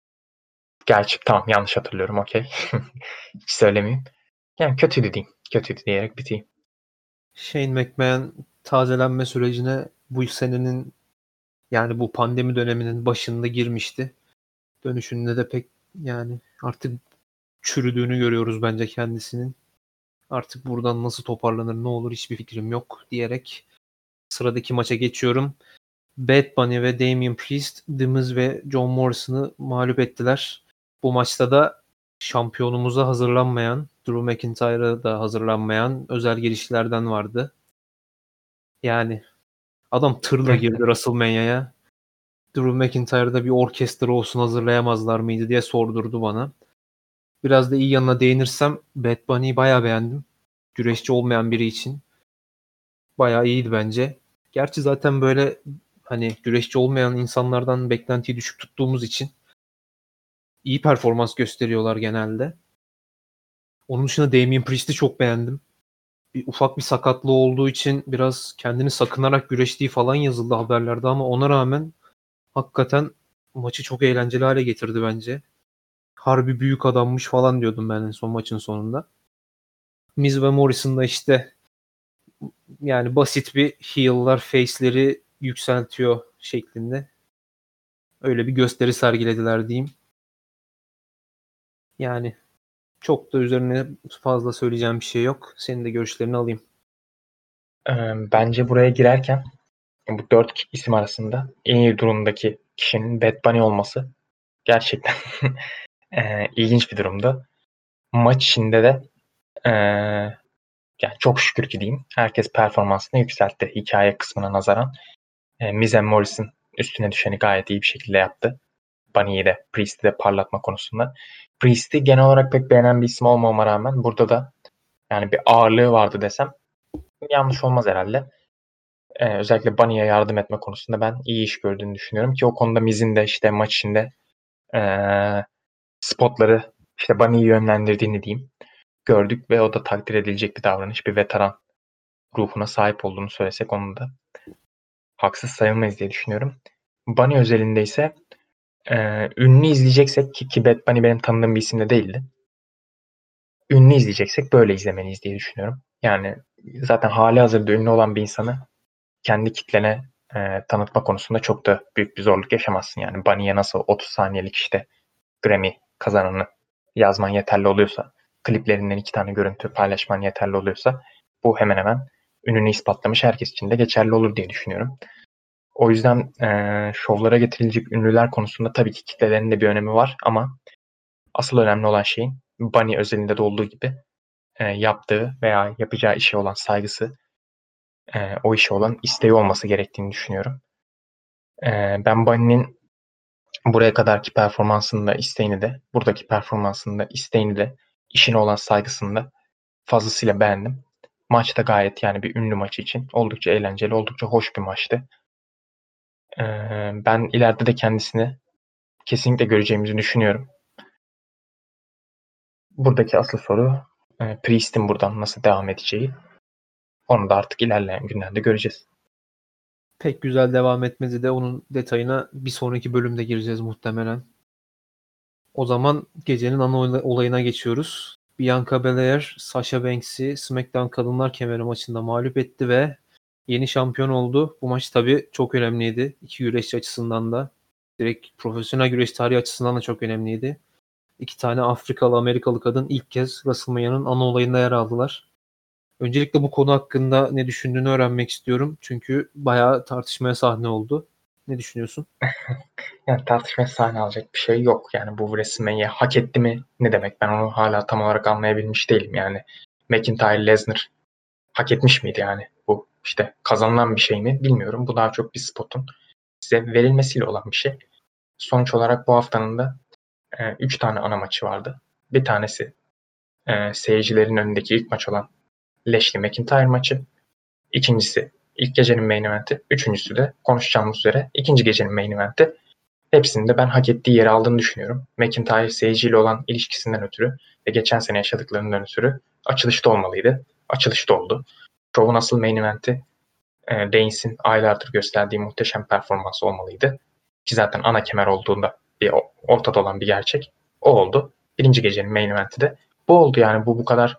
Gerçi tamam yanlış hatırlıyorum okey. Hiç söylemeyeyim. Yani kötüydü diyeyim. Kötüydü diyerek biteyim. Shane McMahon tazelenme sürecine bu senenin yani bu pandemi döneminin başında girmişti. Dönüşünde de pek yani artık çürüdüğünü görüyoruz bence kendisinin. Artık buradan nasıl toparlanır ne olur hiçbir fikrim yok diyerek sıradaki maça geçiyorum. Bad Bunny ve Damian Priest, The Miz ve John Morrison'ı mağlup ettiler. Bu maçta da şampiyonumuza hazırlanmayan, Drew McIntyre'a da hazırlanmayan özel gelişlerden vardı. Yani adam tırla girdi WrestleMania'ya. Drew McIntyre'da bir orkestra olsun hazırlayamazlar mıydı diye sordurdu bana. Biraz da iyi yanına değinirsem Bad Bunny'yi bayağı beğendim. Güreşçi olmayan biri için. Bayağı iyiydi bence. Gerçi zaten böyle hani güreşçi olmayan insanlardan beklentiyi düşük tuttuğumuz için iyi performans gösteriyorlar genelde. Onun dışında Damian Priest'i çok beğendim. Ufak bir sakatlığı olduğu için biraz kendini sakınarak güreştiği falan yazıldı haberlerde ama ona rağmen hakikaten maçı çok eğlenceli hale getirdi bence. Harbi büyük adammış falan diyordum ben en son maçın sonunda. Miz ve Morrison da işte yani basit bir heel'lar face'leri yükseltiyor şeklinde. Öyle bir gösteri sergilediler diyeyim. Yani çok da üzerine fazla söyleyeceğim bir şey yok. Senin de görüşlerini alayım. Bence buraya girerken bu 4 isim arasında en iyi durumdaki kişinin Bad Bunny olması gerçekten ilginç bir durumda. Maç içinde de yani çok şükür ki diyeyim herkes performansını yükseltti hikaye kısmına nazaran. Miz and Morrison üstüne düşeni gayet iyi bir şekilde yaptı. Bunny'yi de Priest'i de parlatma konusunda. Priest'i genel olarak pek beğenen bir isim olmama rağmen burada da yani bir ağırlığı vardı desem yanlış olmaz herhalde. Özellikle Bunny'ye yardım etme konusunda ben iyi iş gördüğünü düşünüyorum ki o konuda Miz'in de işte maç içinde spotları işte Bunny'yi yönlendirdiğini diyeyim gördük ve o da takdir edilecek bir davranış. Bir veteran ruhuna sahip olduğunu söylesek onun da haksız sayılmayız diye düşünüyorum. Bunny özelinde ise Ünlü izleyeceksek ki Bad Bunny benim tanıdığım bir isim de değildi. Ünlü izleyeceksek böyle izlemeliyiz diye düşünüyorum. Yani zaten hali hazırda ünlü olan bir insanı kendi kitlene tanıtma konusunda çok da büyük bir zorluk yaşamazsın. Yani Bunny'e nasıl 30 saniyelik işte Grammy kazananı yazman yeterli oluyorsa, kliplerinden 2 tane görüntü paylaşman yeterli oluyorsa bu hemen hemen ününü ispatlamış herkes için de geçerli olur diye düşünüyorum. O yüzden şovlara getirilecek ünlüler konusunda tabii ki kitlelerinin de bir önemi var ama asıl önemli olan şeyin Bunny özelinde de olduğu gibi yaptığı veya yapacağı işe olan saygısı, o işe olan isteği olması gerektiğini düşünüyorum. Ben Bunny'nin buraya kadarki performansını da isteğini de, buradaki performansını da isteğini de, işine olan saygısını da fazlasıyla beğendim. Maç da gayet yani bir ünlü maçı için oldukça eğlenceli, oldukça hoş bir maçtı. Ben ileride de kendisini kesinlikle göreceğimizi düşünüyorum. Buradaki asıl soru Priest'in buradan nasıl devam edeceği. Onu da artık ilerleyen günlerde göreceğiz. Pek güzel devam etmedi de onun detayına bir sonraki bölümde gireceğiz muhtemelen. O zaman gecenin ana olayına geçiyoruz. Bianca Belair, Sasha Banks'i SmackDown Kadınlar Kemeri maçında mağlup etti ve yeni şampiyon oldu. Bu maç tabii çok önemliydi. İki güreşçi açısından da. Direkt profesyonel güreş tarihi açısından da çok önemliydi. İki tane Afrikalı Amerikalı kadın ilk kez WrestleMania'nın ana olayında yer aldılar. Öncelikle bu konu hakkında ne düşündüğünü öğrenmek istiyorum. Çünkü bayağı tartışmaya sahne oldu. Ne düşünüyorsun? Yani tartışmaya sahne alacak bir şey yok. Yani bu WrestleMania hak etti mi? Ne demek? Ben onu hala tam olarak anlayabilmiş değilim. Yani McIntyre, Lesnar hak etmiş miydi yani? Bu işte kazanılan bir şey mi? Bilmiyorum. Bu daha çok bir spotun size verilmesiyle olan bir şey. Sonuç olarak bu haftanın da 3 tane ana maçı vardı. Bir tanesi seyircilerin önündeki ilk maç olan Lashley McIntyre maçı. İkincisi ilk gecenin main eventi. Üçüncüsü de konuşacağımız üzere ikinci gecenin main eventi. Hepsinin de ben hak ettiği yeri aldığını düşünüyorum. McIntyre seyirciyle olan ilişkisinden ötürü ve geçen sene yaşadıklarından ötürü açılışta olmalıydı. Açılışta oldu. Show'un asıl main eventi Reigns'in aylardır gösterdiği muhteşem performans olmalıydı. Ki zaten ana kemer olduğunda bir ortada olan bir gerçek. O oldu. Birinci gecenin main eventi de bu oldu yani bu kadar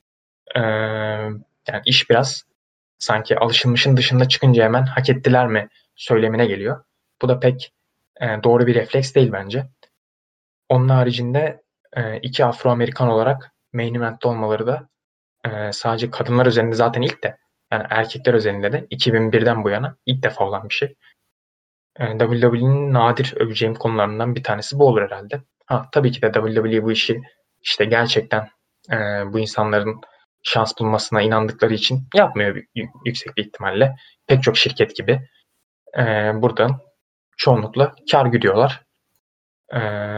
yani iş biraz sanki alışılmışın dışında çıkınca hemen hak ettiler mi söylemine geliyor. Bu da pek doğru bir refleks değil bence. Onun haricinde iki Afro-Amerikan olarak main event'te olmaları da sadece kadınlar üzerinde zaten ilk de yani erkekler üzerinde de 2001'den bu yana ilk defa olan bir şey. WWE'nin nadir öveceğim konularından bir tanesi bu olur herhalde. Ha, tabii ki de WWE bu işi işte gerçekten bu insanların şans bulmasına inandıkları için yapmıyor yüksek bir ihtimalle. Pek çok şirket gibi buradan çoğunlukla kar güdüyorlar. E,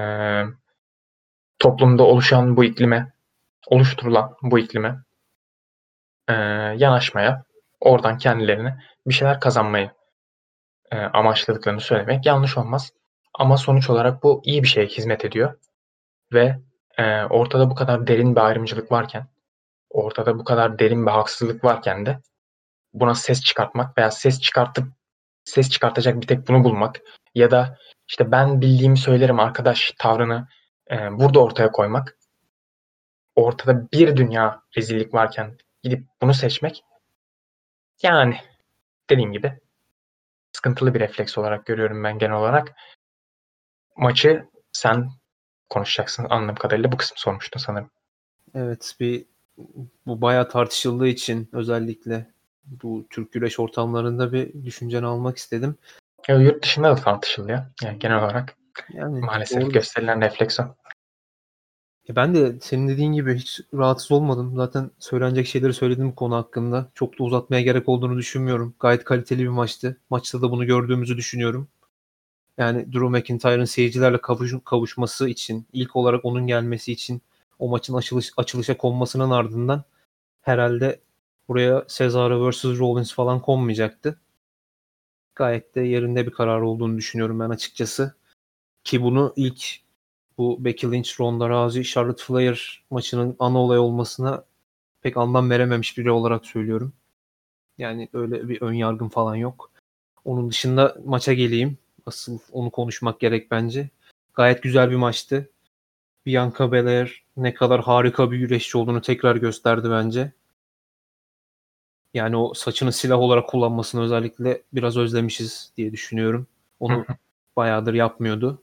Toplumda oluşan bu iklime, oluşturulan bu iklime yanaşmaya, oradan kendilerine bir şeyler kazanmayı amaçladıklarını söylemek yanlış olmaz. Ama sonuç olarak bu iyi bir şeye hizmet ediyor ve ortada bu kadar derin bir ayrımcılık varken, ortada bu kadar derin bir haksızlık varken de buna ses çıkartmak veya ses çıkartacak bir tek bunu bulmak ya da işte ben bildiğimi söylerim arkadaş tavrını burada ortaya koymak, ortada bir dünya rezillik varken gidip bunu seçmek yani dediğim gibi sıkıntılı bir refleks olarak görüyorum ben genel olarak. Maçı sen konuşacaksın anladığım kadarıyla bu kısmı sormuştun sanırım. Evet, bu bayağı tartışıldığı için özellikle bu Türk güreş ortamlarında bir düşünceni almak istedim. Yurt dışında da tartışılıyor. Yani genel olarak Yani maalesef doğru. gösterilen refleks o. Ben de senin dediğin gibi hiç rahatsız olmadım. Zaten söylenecek şeyleri söyledim bu konu hakkında. Çok da uzatmaya gerek olduğunu düşünmüyorum. Gayet kaliteli bir maçtı. Maçta da bunu gördüğümüzü düşünüyorum. Yani Drew McIntyre'ın seyircilerle kavuşması için, ilk olarak onun gelmesi için o maçın açılışa konmasının ardından herhalde buraya Cesaro vs. Rollins falan konmayacaktı. Gayet de yerinde bir karar olduğunu düşünüyorum ben açıkçası. Ki bunu ilk bu Becky Lynch, Ronda Rousey, Charlotte Flair maçının ana olay olmasına pek anlam verememiş biri olarak söylüyorum. Yani öyle bir ön yargım falan yok. Onun dışında maça geleyim. Asıl onu konuşmak gerek bence. Gayet güzel bir maçtı. Bianca Belair ne kadar harika bir güreşçi olduğunu tekrar gösterdi bence. Yani o saçını silah olarak kullanmasını özellikle biraz özlemişiz diye düşünüyorum. Onu bayağıdır yapmıyordu.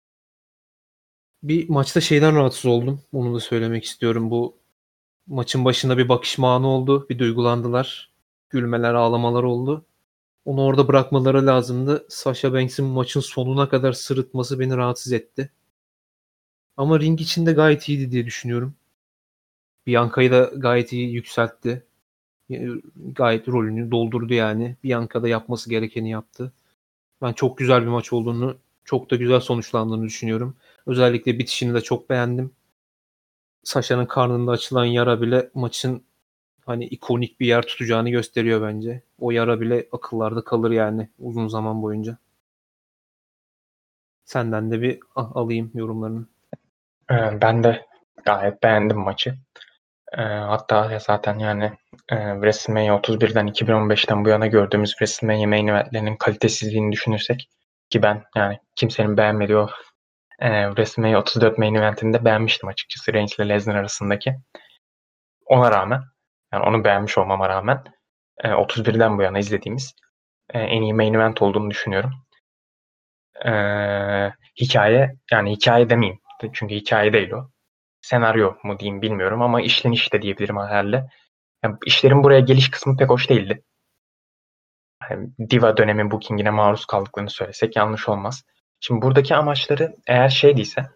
Bir maçta şeyden rahatsız oldum. Onu da söylemek istiyorum. Bu maçın başında bir bakışma anı oldu. Bir duygulandılar. Gülmeler, ağlamalar oldu. Onu orada bırakmaları lazımdı. Sasha Banks'in maçın sonuna kadar sırıtması beni rahatsız etti. Ama ring içinde gayet iyiydi diye düşünüyorum. Bianca'yı da gayet iyi yükseltti. Gayet rolünü doldurdu yani. Bianca da yapması gerekeni yaptı. Ben çok güzel bir maç olduğunu, çok da güzel sonuçlandığını düşünüyorum. Özellikle bitişini de çok beğendim. Sasha'nın karnında açılan yara bile maçın hani ikonik bir yer tutacağını gösteriyor bence. O yara bile akıllarda kalır yani uzun zaman boyunca. Senden de bir alayım yorumlarını. Ben de gayet beğendim maçı. Hatta zaten yani WrestleMania 31'den 2015'ten bu yana gördüğümüz WrestleMania main eventlerinin kalitesizliğini düşünürsek ki ben yani kimsenin beğenmediği o WrestleMania 34 main eventini de beğenmiştim açıkçası Reigns ile Lesnar arasındaki. Ona rağmen yani onu beğenmiş olmama rağmen 31'den bu yana izlediğimiz en iyi main event olduğunu düşünüyorum. Hikaye yani hikaye demeyeyim çünkü hikaye değil o. Senaryo mu diyeyim bilmiyorum ama işleniş de diyebilirim herhalde. Yani işlerin buraya geliş kısmı pek hoş değildi. Yani Diva dönemi bookingine maruz kaldıklarını söylesek yanlış olmaz. Şimdi buradaki amaçları eğer şey değilse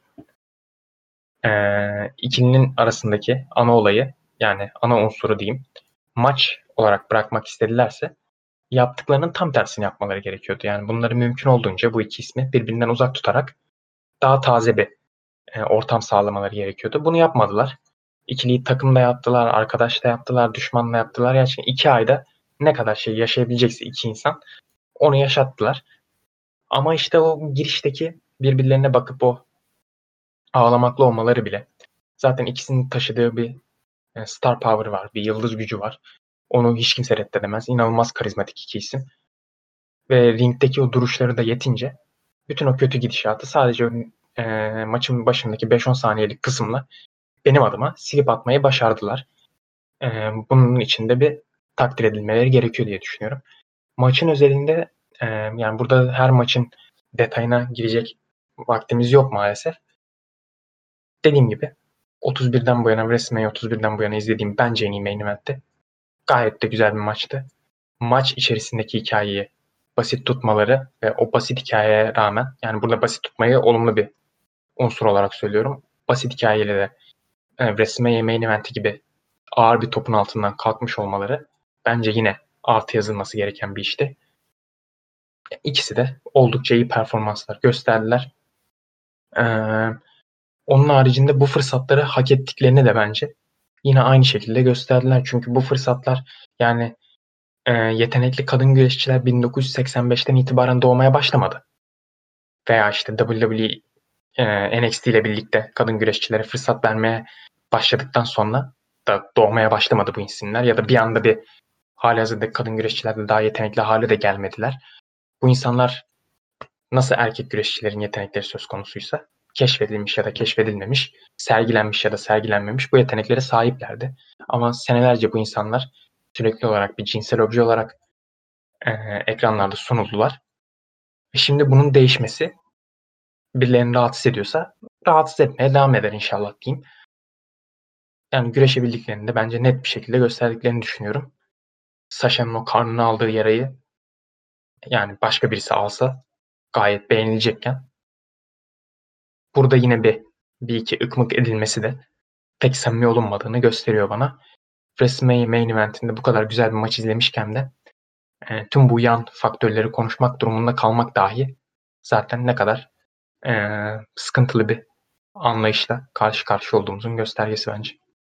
ikilinin arasındaki ana olayı yani ana unsuru diyeyim maç olarak bırakmak istedilerse yaptıklarının tam tersini yapmaları gerekiyordu. Yani bunları mümkün olduğunca bu iki ismi birbirinden uzak tutarak daha taze bir ortam sağlamaları gerekiyordu. Bunu yapmadılar. İkiliyi takımda yaptılar, arkadaşla yaptılar, düşmanla yaptılar. Yani 2 ayda ne kadar şey yaşayabilecekse iki insan onu yaşattılar. Ama işte o girişteki birbirlerine bakıp o ağlamaklı olmaları bile zaten ikisinin taşıdığı bir star power var, bir yıldız gücü var. Onu hiç kimse reddedemez. İnanılmaz karizmatik iki isim. Ve ringdeki o duruşları da yetince bütün o kötü gidişatı sadece maçın başındaki 5-10 saniyelik kısımla benim adıma silip atmayı başardılar. Bunun için de bir takdir edilmeleri gerekiyor diye düşünüyorum. Maçın özelinde yani burada her maçın detayına girecek vaktimiz yok maalesef. Dediğim gibi 31'den bu yana WrestleMania 31'den bu yana izlediğim bence en iyi main eventti. Gayet de güzel bir maçtı. Maç içerisindeki hikayeyi basit tutmaları ve o basit hikayeye rağmen yani burada basit tutmayı olumlu bir unsur olarak söylüyorum. Basit hikayeyle de WrestleMania main eventi gibi ağır bir topun altından kalkmış olmaları bence yine artı yazılması gereken bir işti. İkisi de oldukça iyi performanslar gösterdiler. Onun haricinde bu fırsatları hak ettiklerini de bence yine aynı şekilde gösterdiler. Çünkü bu fırsatlar yani yetenekli kadın güreşçiler 1985'ten itibaren doğmaya başlamadı. Veya işte WWE NXT ile birlikte kadın güreşçilere fırsat vermeye başladıktan sonra da doğmaya başlamadı bu isimler. Ya da bir anda bir halihazırda kadın güreşçiler de daha yetenekli hale de gelmediler. Bu insanlar nasıl erkek güreşçilerin yetenekleri söz konusuysa keşfedilmiş ya da keşfedilmemiş, sergilenmiş ya da sergilenmemiş bu yeteneklere sahiplerdi. Ama senelerce bu insanlar sürekli olarak bir cinsel obje olarak ekranlarda sunuldular. Ve şimdi bunun değişmesi birilerini rahatsız ediyorsa rahatsız etmeye devam eder inşallah diyeyim. Yani güreşebildiklerini de bence net bir şekilde gösterdiklerini düşünüyorum. Sasha'nın o karnına aldığı yarayı yani başka birisi alsa gayet beğenilecekken burada yine bir iki ıkmık edilmesi de pek samimi olunmadığını gösteriyor bana. WrestleMania Main Event'inde bu kadar güzel bir maç izlemişken de tüm bu yan faktörleri konuşmak durumunda kalmak dahi zaten ne kadar sıkıntılı bir anlayışla karşı karşıya olduğumuzun göstergesi bence.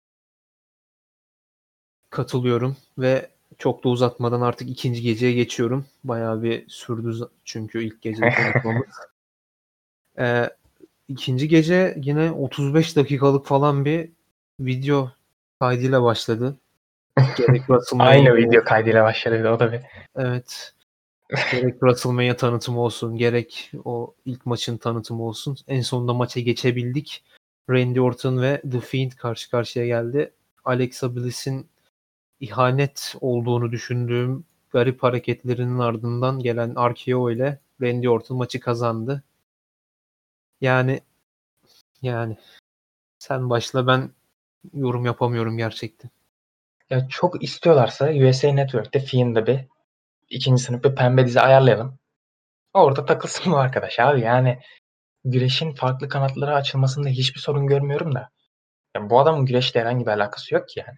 Katılıyorum ve çok da uzatmadan artık ikinci geceye geçiyorum. Bayağı bir sürdü çünkü ilk geceyi konuşmamız. İkinci gece yine 35 dakikalık falan bir video kaydıyla başladı. Gerek WrestleMania Aynı video kaydıyla başladı o da bir. evet. Gerek WrestleMania tanıtımı olsun, gerek o ilk maçın tanıtımı olsun. En sonunda maça geçebildik. Randy Orton ve The Fiend karşı karşıya geldi. Alexa Bliss'in ihanet olduğunu düşündüğüm garip hareketlerinin ardından gelen RKO ile Randy Orton maçı kazandı. Yani sen başla, ben yorum yapamıyorum gerçekten. Ya çok istiyorlarsa USA Network'te Fiend'de bir ikinci sınıf bir pembe dizi ayarlayalım. Orada takılsın bu arkadaş abi. Yani güreşin farklı kanatlara açılmasında hiçbir sorun görmüyorum da. Ya bu adamın güreşle herhangi bir alakası yok ki yani.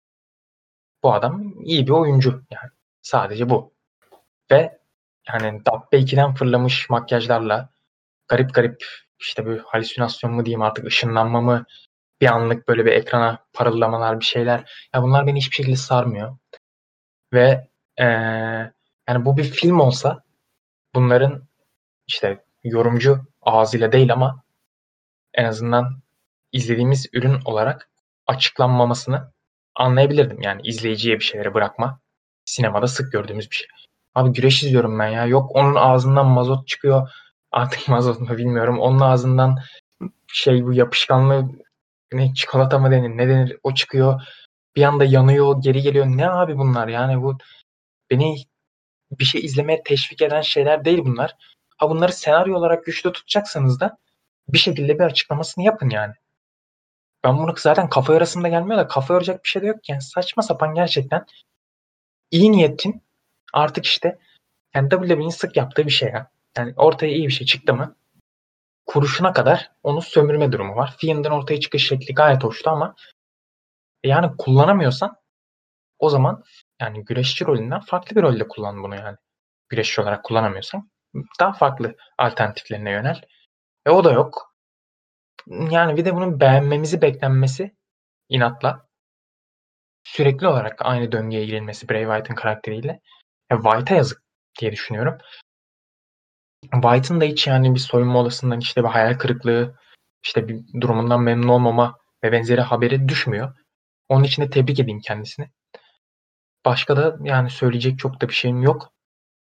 Bu adam iyi bir oyuncu yani. Sadece bu. Ve yani Dabbe 2'den fırlamış makyajlarla garip garip işte bir halüsinasyon mu diyeyim artık ışınlanma mı bir anlık böyle bir ekrana parıldamalar bir şeyler. Ya bunlar beni hiçbir şekilde sarmıyor. Ve yani bu bir film olsa bunların işte yorumcu ağzıyla değil ama en azından izlediğimiz ürün olarak açıklanmamasını anlayabilirdim. Yani izleyiciye bir şeyleri bırakma. Sinemada sık gördüğümüz bir şey. Abi güreş izliyorum ben ya. Yok onun ağzından mazot çıkıyor. Artık mazot mu bilmiyorum. Onun ağzından şey bu yapışkanlı ne çikolata mı denir ne denir o çıkıyor. Bir anda yanıyor geri geliyor. Ne abi bunlar yani bu beni bir şey izlemeye teşvik eden şeyler değil bunlar. Ha bunları senaryo olarak güçlü tutacaksanız da bir şekilde bir açıklamasını yapın yani. Ben bunu zaten kafa yarasında gelmiyor da kafa yoracak bir şey de yok yani saçma sapan gerçekten iyi niyetin artık işte yani WWE'nin sık yaptığı bir şey ya. Yani ortaya iyi bir şey çıktı mı kuruşuna kadar onu sömürme durumu var. Fiend'in ortaya çıkış şekli gayet hoştu ama yani kullanamıyorsan o zaman yani güreşçi rolünden farklı bir rolde kullan bunu yani. Güreşçi olarak kullanamıyorsan daha farklı alternatiflerine yönel. O da yok. Yani bir de bunun beğenmemizi beklenmesi inatla sürekli olarak aynı döngüye girilmesi Bray Wyatt'ın karakteriyle. Wyatt'a yazık diye düşünüyorum. Wyatt'ın da hiç yani bir soyunma odasından işte bir hayal kırıklığı, işte bir durumundan memnun olmama ve benzeri haberi düşmüyor. Onun için de tebrik edeyim kendisini. Başka da yani söyleyecek çok da bir şeyim yok.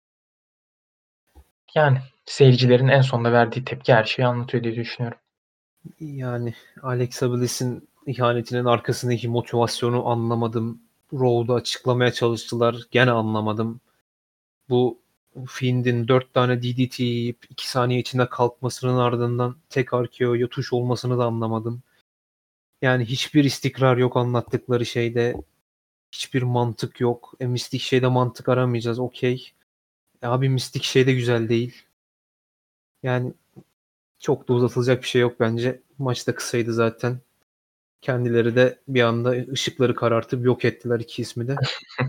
Yani seyircilerin en sonunda verdiği tepki her şeyi anlatıyor diye düşünüyorum. Yani Alexa Bliss'in ihanetinin arkasındaki motivasyonu anlamadım. Raw'da açıklamaya çalıştılar. Gene anlamadım. Bu Fiend'in 4 tane DDT yiyip 2 saniye içinde kalkmasının ardından tek RKO'ya tuş olmasını da anlamadım. Yani hiçbir istikrar yok anlattıkları şeyde. Hiçbir mantık yok. Mistik şeyde mantık aramayacağız. Okey. Abi mistik şey de güzel değil. Yani çok da uzatılacak bir şey yok bence. Maç da kısaydı zaten. Kendileri de bir anda ışıkları karartıp yok ettiler iki ismi de.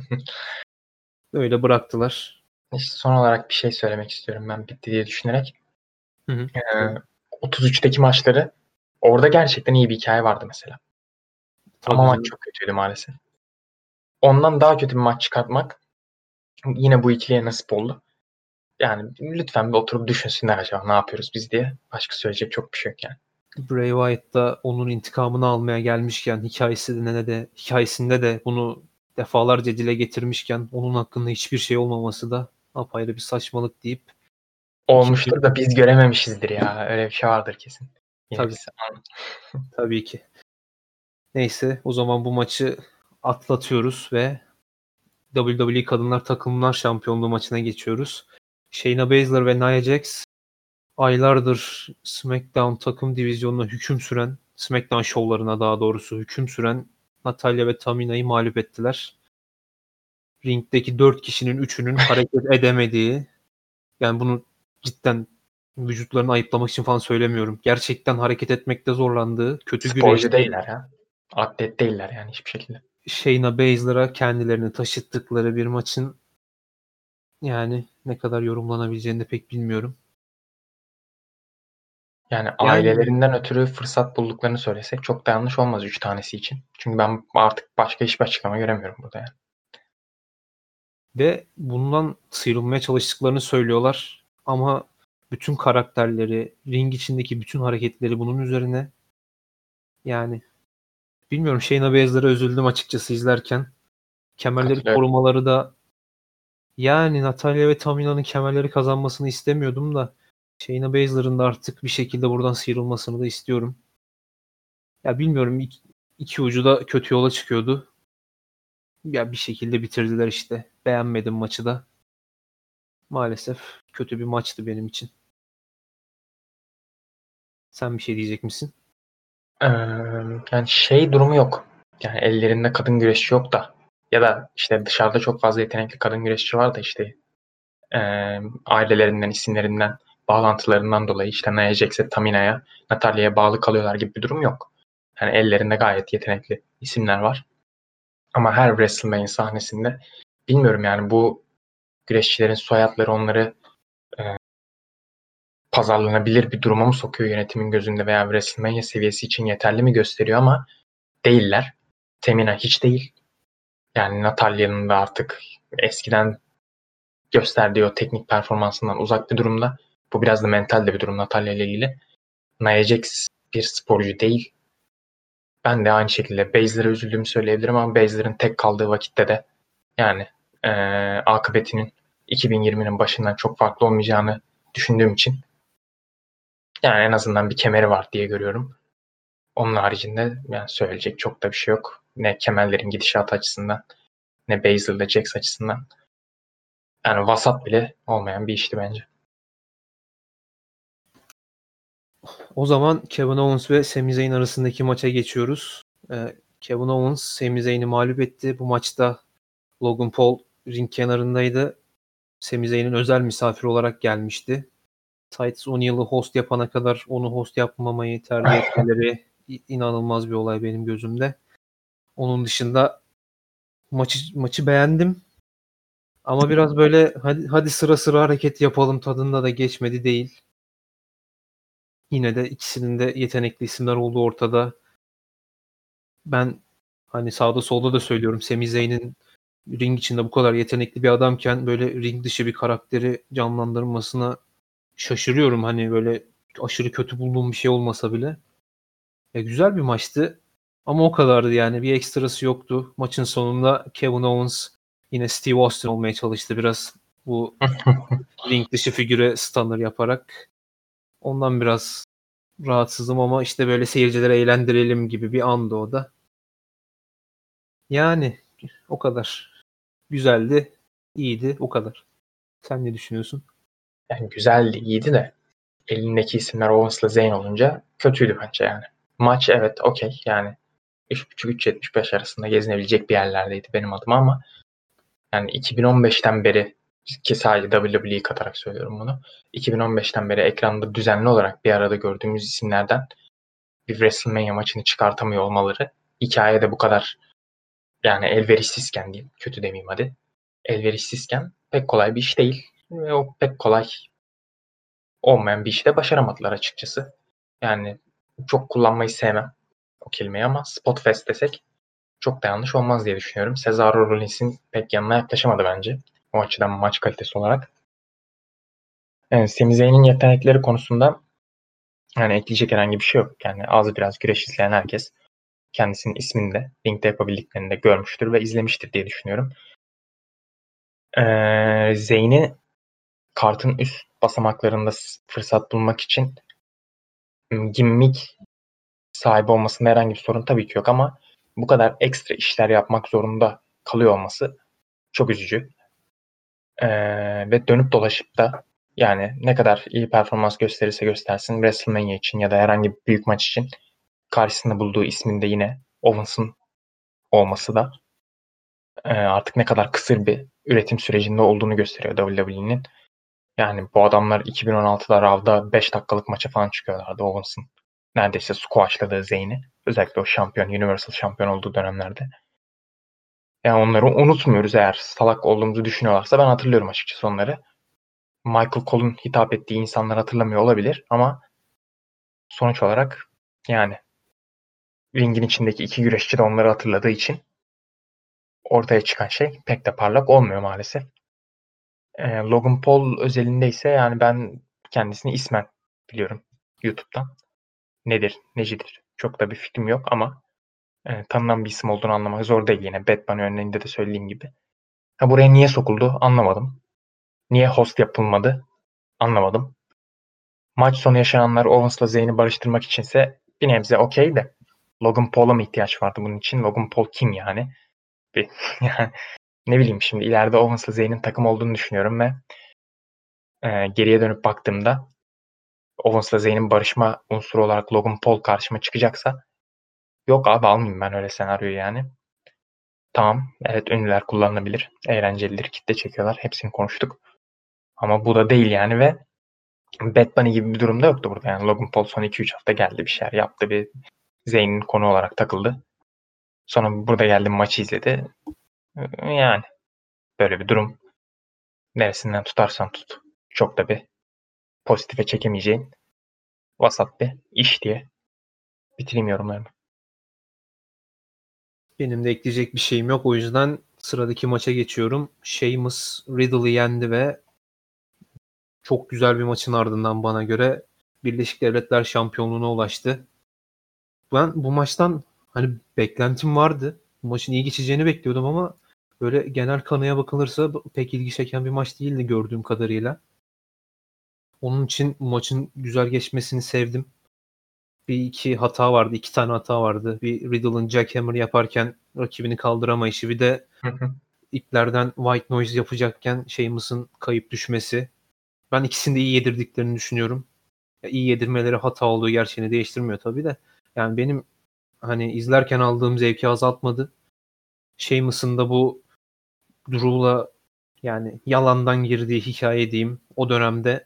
Öyle bıraktılar. İşte son olarak bir şey söylemek istiyorum ben bitti diye düşünerek. Hı hı. Ee, 33'teki maçları orada gerçekten iyi bir hikaye vardı mesela. Ama Tabii maç canım. çok kötüydü maalesef. Ondan daha kötü bir maç çıkartmak yine bu ikiliye nasip oldu. Yani lütfen bir oturup düşünsünler acaba ne yapıyoruz biz diye. Başka söyleyecek çok bir şey yok yani. Bray Wyatt da onun intikamını almaya gelmişken hikayesinde de bunu defalarca dile getirmişken onun hakkında hiçbir şey olmaması da apayrı bir saçmalık deyip ikinci Olmuştur da biz görememişizdir ya. Öyle bir şey vardır kesin. Yine tabii biz. tabii ki. Neyse o zaman bu maçı atlatıyoruz ve WWE Kadınlar Takımlar Şampiyonluğu maçına geçiyoruz. Shayna Baszler ve Nia Jax aylardır SmackDown takım divizyonuna hüküm süren, SmackDown şovlarına daha doğrusu hüküm süren Natalya ve Tamina'yı mağlup ettiler. Ringdeki 4 kişinin 3'ünün hareket edemediği, yani bunu cidden vücutlarını ayıplamak için falan söylemiyorum. Gerçekten hareket etmekte zorlandığı kötü Sporcu güreşçi değiller ya. Atlet değiller yani hiçbir şekilde. Shayna Baszler'a kendilerini taşıttıkları bir maçın yani ne kadar yorumlanabileceğini de pek bilmiyorum. Yani Yani ailelerinden ötürü fırsat bulduklarını söylesek çok da yanlış olmaz 3 tanesi için. Çünkü ben artık başka hiçbir açıklama göremiyorum burada yani. ve bundan sıyrılmaya çalıştıklarını söylüyorlar ama bütün karakterleri, ring içindeki bütün hareketleri bunun üzerine, yani bilmiyorum, Shayna Baszler'a üzüldüm açıkçası izlerken. Kemerleri Katılıyorum. korumaları da Yani Natalya ve Tamina'nın kemerleri kazanmasını istemiyordum da Shayna Baszler'ın da artık bir şekilde buradan sıyrılmasını da istiyorum. Ya bilmiyorum, iki ucu da kötü yola çıkıyordu. Ya bir şekilde bitirdiler işte. Beğenmedim maçı da. Maalesef kötü bir maçtı benim için. Sen bir şey diyecek misin? Ee, Yani şey durumu yok. Yani ellerinde kadın güreşçi yok da ya da işte dışarıda çok fazla yetenekli kadın güreşçi var da işte ailelerinden, isimlerinden, bağlantılarından dolayı işte Nia Jax'e, Tamina'ya, Natalya'ya bağlı kalıyorlar gibi bir durum yok. Yani ellerinde gayet yetenekli isimler var. Ama her WrestleMania sahnesinde bilmiyorum yani bu güreşçilerin soyadları onları e, pazarlanabilir bir duruma mı sokuyor yönetimin gözünde veya WrestleMania seviyesi için yeterli mi gösteriyor ama değiller. Tamina hiç değil. Yani Natalya'nın da artık eskiden gösterdiği o teknik performansından uzak bir durumda. Bu biraz da mental de bir durum Natalya ile ilgili. Nia Jax bir sporcu değil. Ben de aynı şekilde Baszler'a üzüldüğümü söyleyebilirim ama Baszler'ın tek kaldığı vakitte de yani akıbetinin 2020'nin başından çok farklı olmayacağını düşündüğüm için yani en azından bir kemeri var diye görüyorum. Onun haricinde yani söyleyecek çok da bir şey yok. Ne kemerlerin gidişatı açısından ne Baszler'la Jax açısından. Yani vasat bile olmayan bir işti bence. O zaman Kevin Owens ve Sami Zayn arasındaki maça geçiyoruz. Kevin Owens Sami Zayn'i mağlup etti. Bu maçta Logan Paul ring kenarındaydı. Sami Zayn'in özel misafir olarak gelmişti. Titus O'Neil'ı host yapana kadar onu host yapmamayı tercih etmeleri inanılmaz bir olay benim gözümde. Onun dışında maçı beğendim. Ama biraz böyle hadi sıra sıra hareket yapalım tadında da geçmedi değil. Yine de ikisinin de yetenekli isimler olduğu ortada. Ben hani sağda solda da söylüyorum, Sami Zayn'in ring içinde bu kadar yetenekli bir adamken böyle ring dışı bir karakteri canlandırmasına şaşırıyorum. Hani böyle aşırı kötü bulduğum bir şey olmasa bile. Güzel bir maçtı ama o kadardı yani. Bir ekstrası yoktu. Maçın sonunda Kevin Owens yine Steve Austin olmaya çalıştı biraz. Bu ring dışı figüre stunner yaparak. Ondan biraz rahatsızım ama işte böyle seyircileri eğlendirelim gibi bir andı o da. Yani o kadar. Güzeldi, iyiydi, o kadar. Sen ne düşünüyorsun? Yani güzeldi, iyiydi de elindeki isimler Owens'la Zayn olunca kötüydü bence yani. Maç evet okey yani 3.5-3.75 arasında gezinebilecek bir yerlerdeydi benim adıma ama yani 2015'ten beri ki sadece WWE'yi katarak söylüyorum bunu. 2015'ten beri ekranda düzenli olarak bir arada gördüğümüz isimlerden bir WrestleMania maçını çıkartamıyor olmaları hikayede bu kadar yani elverişsizken diyeyim. Kötü demeyeyim hadi. Elverişsizken pek kolay bir iş değil. Ve o pek kolay olmayan bir işi de başaramadılar açıkçası. Yani çok kullanmayı sevmem o kelimeyi ama Spotfest desek çok da yanlış olmaz diye düşünüyorum. Cesaro Rollins'in pek yanına yaklaşamadı bence. O açıdan maç kalitesi olarak. Yani Sami Zayn'in yetenekleri konusunda yani ekleyecek herhangi bir şey yok. Yani az biraz güreş izleyen herkes kendisinin ismini de ringde yapabildiklerini de görmüştür ve izlemiştir diye düşünüyorum. Zayn'i kartın üst basamaklarında fırsat bulmak için gimmick sahibi olmasında herhangi bir sorun tabii ki yok ama bu kadar ekstra işler yapmak zorunda kalıyor olması çok üzücü. Ve dönüp dolaşıp da yani ne kadar iyi performans gösterirse göstersin WrestleMania için ya da herhangi bir büyük maç için karşısında bulduğu ismin de yine Owens'ın olması da artık ne kadar kısır bir üretim sürecinde olduğunu gösteriyor WWE'nin. Yani bu adamlar 2016'da Raw'da 5 dakikalık maça falan çıkıyorlardı Owens'ın. Neredeyse squashladığı Zayn'i. Özellikle o şampiyon, Universal şampiyon olduğu dönemlerde. Yani onları unutmuyoruz eğer salak olduğumuzu düşünüyorlarsa ben hatırlıyorum açıkçası onları. Michael Cole'un hitap ettiği insanlar hatırlamıyor olabilir ama sonuç olarak yani ringin içindeki iki güreşçi de onları hatırladığı için ortaya çıkan şey pek de parlak olmuyor maalesef. Logan Paul özelinde ise yani ben kendisini ismen biliyorum YouTube'dan. Nedir, necidir çok da bir fikrim yok ama tanınan bir isim olduğunu anlamak zor değil yine. Batman örneğinde de söylediğim gibi. Buraya niye sokuldu anlamadım. Niye host yapılmadı anlamadım. Maç sonu yaşananlar Owens'la Zayn'i barıştırmak içinse bir nebze okey de Logan Paul'a mı ihtiyaç vardı bunun için? Logan Paul kim yani? Yani ne bileyim, şimdi ileride Owens'la Zayn'in takım olduğunu düşünüyorum ve geriye dönüp baktığımda Owens'la Zayn'in barışma unsuru olarak Logan Paul karşıma çıkacaksa yok abi, almayayım ben öyle senaryoyu yani. Tamam, evet, ünlüler kullanılabilir. Eğlencelidir, kitle çekiyorlar. Hepsini konuştuk. Ama bu da değil yani ve Bad Bunny gibi bir durumda yoktu burada. Yani Logan Paul son 2-3 hafta geldi, bir şeyler yaptı. Bir Zayn'in konu olarak takıldı. Sonra burada geldi, maçı izledi. Yani böyle bir durum. Neresinden tutarsan tut. Çok da bir pozitife çekemeyeceğin vasat bir iş diye bitireyim yorumlarımı. Benim de ekleyecek bir şeyim yok. O yüzden sıradaki maça geçiyorum. Sheamus Riddle'ı yendi ve çok güzel bir maçın ardından bana göre Birleşik Devletler şampiyonluğuna ulaştı. Ben bu maçtan hani beklentim vardı. Bu maçın iyi geçeceğini bekliyordum ama böyle genel kanıya bakılırsa pek ilgi çeken bir maç değildi gördüğüm kadarıyla. Onun için bu maçın güzel geçmesini sevdim. Bir iki hata vardı. İki tane hata vardı. Bir Riddle'ın jackhammer yaparken rakibini kaldıramayışı. Bir de iplerden white noise yapacakken Sheamus'ın kayıp düşmesi. Ben ikisini de iyi yedirdiklerini düşünüyorum. Ya, iyi yedirmeleri hata olduğu gerçeğini değiştirmiyor tabii de. Yani benim hani izlerken aldığım zevki azaltmadı. Sheamus'ın da bu Drew'la yani yalandan girdiği hikaye diyeyim. O dönemde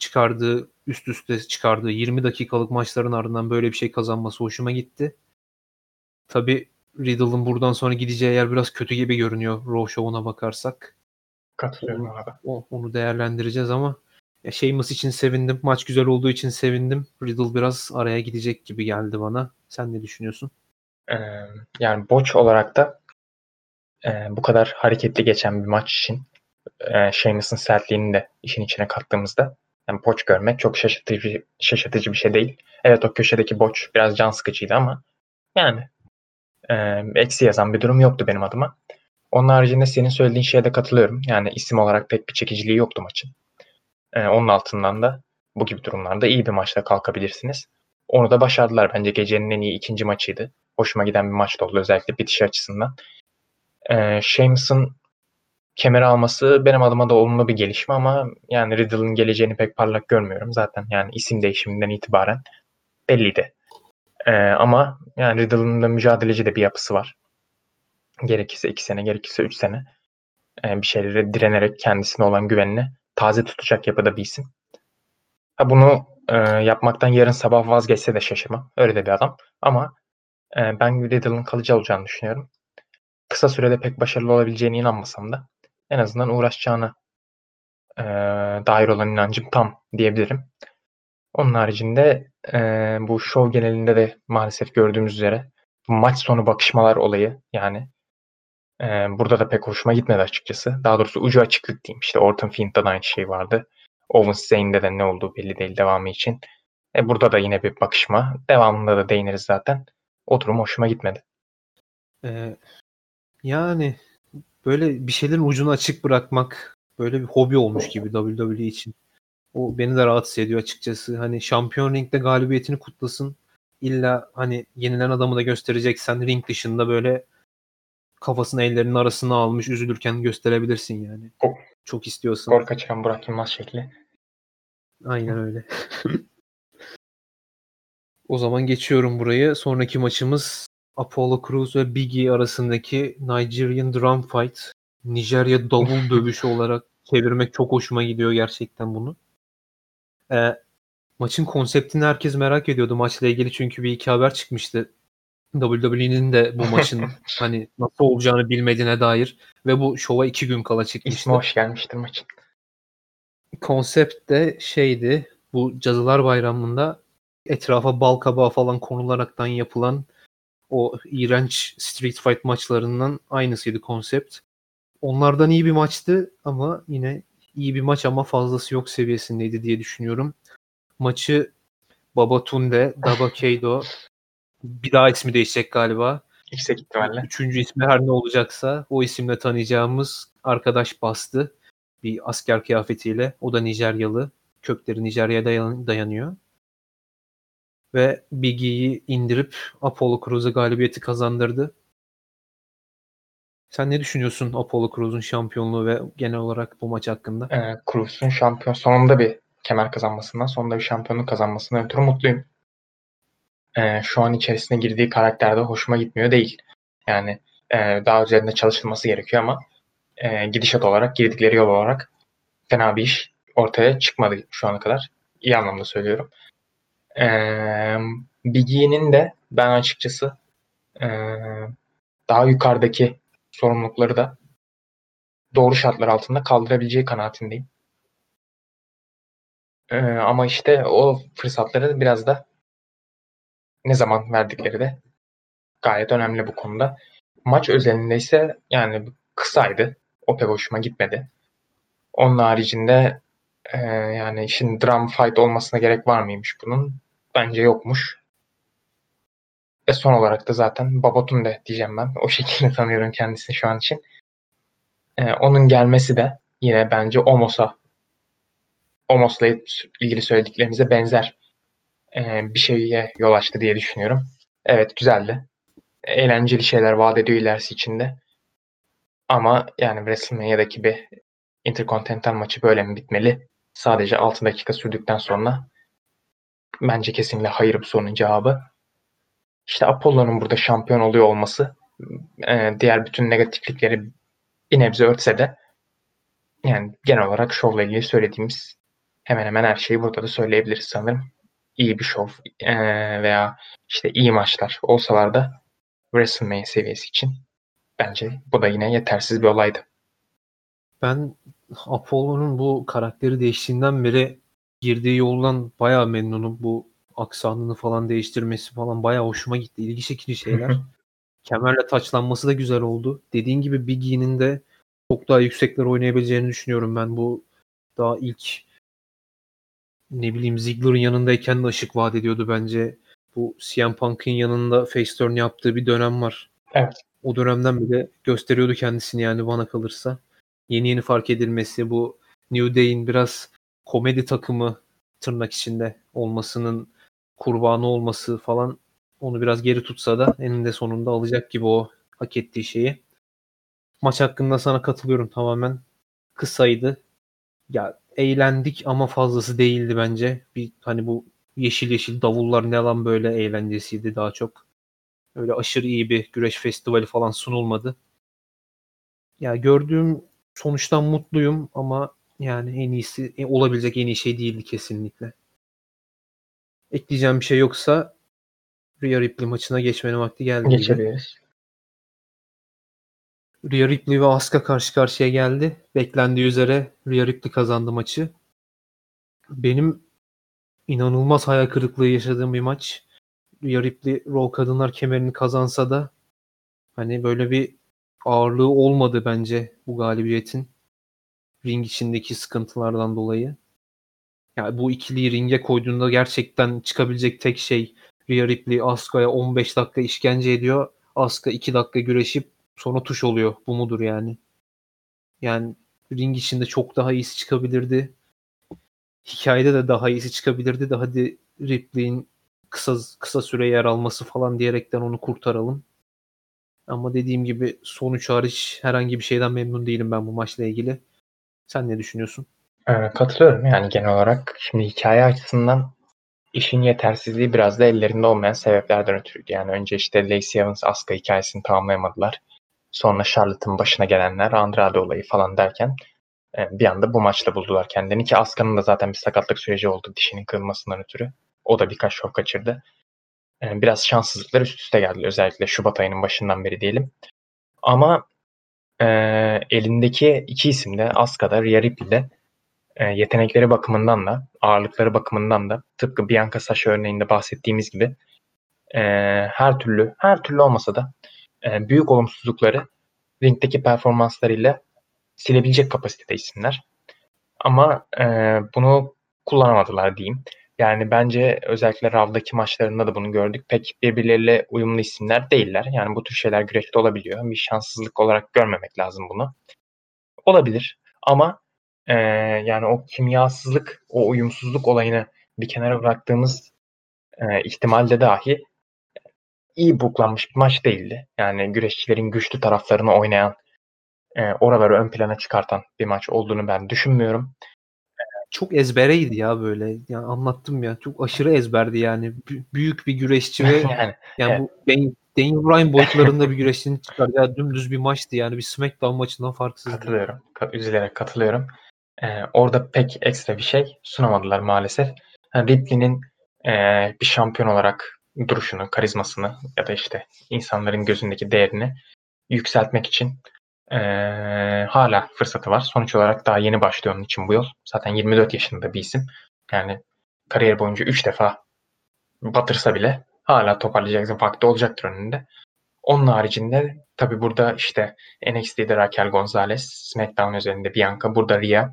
üst üste çıkardığı 20 dakikalık maçların ardından böyle bir şey kazanması hoşuma gitti. Tabii Riddle'ın buradan sonra gideceği yer biraz kötü gibi görünüyor Raw Show'una bakarsak. Katılıyorum abi. Onu değerlendireceğiz ama ya Sheamus için sevindim. Maç güzel olduğu için sevindim. Riddle biraz araya gidecek gibi geldi bana. Sen ne düşünüyorsun? Yani boç olarak da bu kadar hareketli geçen bir maç için Sheamus'un sertliğini de işin içine kattığımızda yani boç görmek çok şaşırtıcı bir şey değil. Evet, o köşedeki boç biraz can sıkıcıydı ama yani eksi yazan bir durum yoktu benim adıma. Onun haricinde senin söylediğin şeye de katılıyorum. Yani isim olarak pek bir çekiciliği yoktu maçın. Onun altından da bu gibi durumlarda iyi bir maçla kalkabilirsiniz. Onu da başardılar. Bence gecenin en iyi ikinci maçıydı. Hoşuma giden bir maç da oldu, özellikle bitiş açısından. Sheamus'un kemer alması benim adıma da olumlu bir gelişme ama yani Riddle'ın geleceğini pek parlak görmüyorum. Zaten yani isim değişiminden itibaren belliydi. Ama yani Riddle'ın da mücadeleci de bir yapısı var. Gerekirse 2 sene, gerekirse 3 sene bir şeylere direnerek kendisine olan güvenini taze tutacak yapıda bir isim. Bunu yapmaktan yarın sabah vazgeçse de şaşırmam. Öyle de bir adam. Ama ben Riddle'ın kalıcı olacağını düşünüyorum. Kısa sürede pek başarılı olabileceğine inanmasam da en azından uğraşacağına dair olan inancım tam diyebilirim. Onun haricinde bu show genelinde de maalesef gördüğümüz üzere bu maç sonu bakışmalar olayı yani burada da pek hoşuma gitmedi açıkçası. Daha doğrusu ucu açıklık diyeyim. İşte Orton Fiend'da da aynı şey vardı. Owens Zayn'de de ne olduğu belli değil devamı için. Burada da yine bir bakışma. Devamında da değiniriz zaten. O durum hoşuma gitmedi. Ee, Yani böyle bir şeylerin ucunu açık bırakmak böyle bir hobi olmuş gibi WWE için. O beni de rahatsız ediyor açıkçası. Hani Şampiyon Ring'de galibiyetini kutlasın. İlla hani yenilen adamı da göstereceksen ring dışında böyle kafasını ellerinin arasına almış üzülürken gösterebilirsin yani. Gol, Çok istiyorsan. gol kaçıran Burak Yılmaz şekli. Aynen öyle. O zaman geçiyorum burayı. Sonraki maçımız Apollo Crews ve Big E arasındaki Nigerian Drum Fight. Nijerya davul dövüşü olarak çevirmek çok hoşuma gidiyor gerçekten bunu. Maçın konseptini herkes merak ediyordu maçla ilgili çünkü bir iki haber çıkmıştı. WWE'nin de bu maçın hani nasıl olacağını bilmediğine dair ve bu şova 2 gün kala İsmi çıkmıştı. hoş gelmiştir maçın. Konsept de şeydi, bu Cadılar Bayramı'nda etrafa bal kabağı falan konularaktan yapılan o iğrenç street fight maçlarından aynısıydı konsept. Onlardan iyi bir maçtı ama yine iyi bir maç ama fazlası yok seviyesindeydi diye düşünüyorum. Maçı Babatunde, Dabba Kato, bir daha ismi değişecek galiba. Yüksek ihtimalle. Üçüncü ismi her ne olacaksa o isimle tanıyacağımız arkadaş bastı. Bir asker kıyafetiyle. O da Nijeryalı. Kökleri Nijerya'ya dayanıyor. Ve Big E'yi indirip Apollo Crews'a galibiyeti kazandırdı. Sen ne düşünüyorsun Apollo Crews'un şampiyonluğu ve genel olarak bu maç hakkında? Crews'un sonunda bir kemer kazanmasından, sonunda bir şampiyonluk kazanmasından ötürü mutluyum. Şu an içerisine girdiği karakterde hoşuma gitmiyor değil. Yani daha üzerinde çalışılması gerekiyor ama gidişat olarak, girdikleri yol olarak fena bir iş ortaya çıkmadı şu ana kadar. İyi anlamda söylüyorum. Big E'nin de ben açıkçası daha yukarıdaki sorumlulukları da doğru şartlar altında kaldırabileceği kanaatindeyim. Ama işte o fırsatları biraz da ne zaman verdikleri de gayet önemli bu konuda. Maç özelinde ise yani kısaydı. O pek hoşuma gitmedi. Onun haricinde yani işin drum fight olmasına gerek var mıymış bunun? Bence yokmuş. Ve son olarak da zaten Babatunde diyeceğim ben. O şekilde tanıyorum kendisini şu an için. Onun gelmesi de yine bence Omos'la ilgili söylediklerimize benzer bir şeye yol açtı diye düşünüyorum. Evet, güzeldi. Eğlenceli şeyler vaat ediyor ilerisi içinde. Ama yani WrestleMania'daki bir Intercontinental maçı böyle mi bitmeli? Sadece 6 dakika sürdükten sonra bence kesinlikle hayır bu sorunun cevabı. İşte Apollo'nun burada şampiyon oluyor olması diğer bütün negatiflikleri bir nebze örtse de yani genel olarak şovla ilgili söylediğimiz hemen hemen her şeyi burada da söyleyebiliriz sanırım. İyi bir şov veya işte iyi maçlar olsalar da WrestleMania seviyesi için bence bu da yine yetersiz bir olaydı. Ben Apollo'nun bu karakteri değiştiğinden beri girdiği yoldan bayağı memnunum. Bu aksanını falan değiştirmesi falan bayağı hoşuma gitti. İlgi çekici şeyler. Kemerle taçlanması da güzel oldu. Dediğin gibi Big E'nin de çok daha yüksekler oynayabileceğini düşünüyorum ben. Bu daha ilk ne bileyim Ziggler'ın yanındayken de ışık vaat ediyordu bence. Bu CM Punk'ın yanında face turn yaptığı bir dönem var. Evet. O dönemden bile gösteriyordu kendisini yani bana kalırsa. Yeni yeni fark edilmesi, bu New Day'in biraz komedi takımı tırnak içinde olmasının kurbanı olması falan onu biraz geri tutsa da eninde sonunda alacak gibi o hak ettiği şeyi. Maç hakkında sana katılıyorum tamamen. Kısaydı. Ya eğlendik ama fazlası değildi bence. Bir hani bu yeşil yeşil davullar ne lan böyle eğlencesiydi daha çok. Öyle aşırı iyi bir güreş festivali falan sunulmadı. Ya gördüğüm sonuçtan mutluyum ama yani en iyisi olabilecek en iyi şey değildi kesinlikle. Ekleyeceğim bir şey yoksa Rhea Ripley maçına geçmenin vakti geldi gibi. Geçebiliriz. Rhea Ripley ve Asuka karşı karşıya geldi. Beklendiği üzere Rhea Ripley kazandı maçı. Benim inanılmaz hayal kırıklığı yaşadığım bir maç. Rhea Ripley Raw Kadınlar kemerini kazansa da hani böyle bir ağırlığı olmadı bence bu galibiyetin. Ring içindeki sıkıntılardan dolayı. Yani bu ikiliyi ringe koyduğunda gerçekten çıkabilecek tek şey Rhea Ripley Asuka'ya 15 dakika işkence ediyor. Asuka 2 dakika güreşip sonra tuş oluyor. Bu mudur yani? Yani ring içinde çok daha iyisi çıkabilirdi. Hikayede de daha iyisi çıkabilirdi de hadi Ripley'in kısa süre yer alması falan diyerekten onu kurtaralım. Ama dediğim gibi sonuç hariç herhangi bir şeyden memnun değilim ben bu maçla ilgili. Sen ne düşünüyorsun? Katılıyorum yani genel olarak. Şimdi hikaye açısından işin yetersizliği biraz da ellerinde olmayan sebeplerden ötürüydü. Yani önce işte Lacey Evans Asuka hikayesini tamamlayamadılar. Sonra Charlotte'ın başına gelenler, Andrade olayı falan derken bir anda bu maçla buldular kendini ki Asuka'nın da zaten bir sakatlık süreci oldu dişinin kırılmasından ötürü. O da birkaç şov kaçırdı. Biraz şanssızlıklar üst üste geldi özellikle Şubat ayının başından beri diyelim. Ama elindeki iki isim de Asuka'da, Rhea Ripley'de yetenekleri bakımından da, ağırlıkları bakımından da tıpkı Bianca Sasha örneğinde bahsettiğimiz gibi her türlü olmasa da büyük olumsuzlukları ringdeki performanslarıyla silebilecek kapasitede isimler. Ama bunu kullanamadılar diyeyim. Yani bence özellikle Raw'daki maçlarında da bunu gördük. Pek birbirleriyle uyumlu isimler değiller. Yani bu tür şeyler güreşte olabiliyor. Bir şanssızlık olarak görmemek lazım bunu. Olabilir ama yani o kimyasızlık, o uyumsuzluk olayını bir kenara bıraktığımız ihtimalde dahi iyi buklanmış bir maç değildi. Yani güreşçilerin güçlü taraflarını oynayan, oraları ön plana çıkartan bir maç olduğunu ben düşünmüyorum. Çok ezbereydi ya böyle. Yani anlattım ya. Çok aşırı ezberdi yani. Büyük bir güreşçi ve Yani yani bu Daniel Bryan boyutlarında bir güreşçinin çıkaracağı dümdüz bir maçtı yani. Bir SmackDown maçından farksızdı. katılıyorum. Üzülerek katılıyorum. Orada pek ekstra bir şey sunamadılar maalesef. Ripley'nin bir şampiyon olarak duruşunu, karizmasını ya da işte insanların gözündeki değerini yükseltmek için hala fırsatı var. Sonuç olarak daha yeni başlıyor onun için bu yol. Zaten 24 yaşında bir isim. Yani kariyer boyunca 3 defa batırsa bile hala toparlayacak vakti olacaktır önünde. Onun haricinde tabii burada işte NXT'de Raquel Gonzalez, SmackDown üzerinde Bianca, burada Rhea.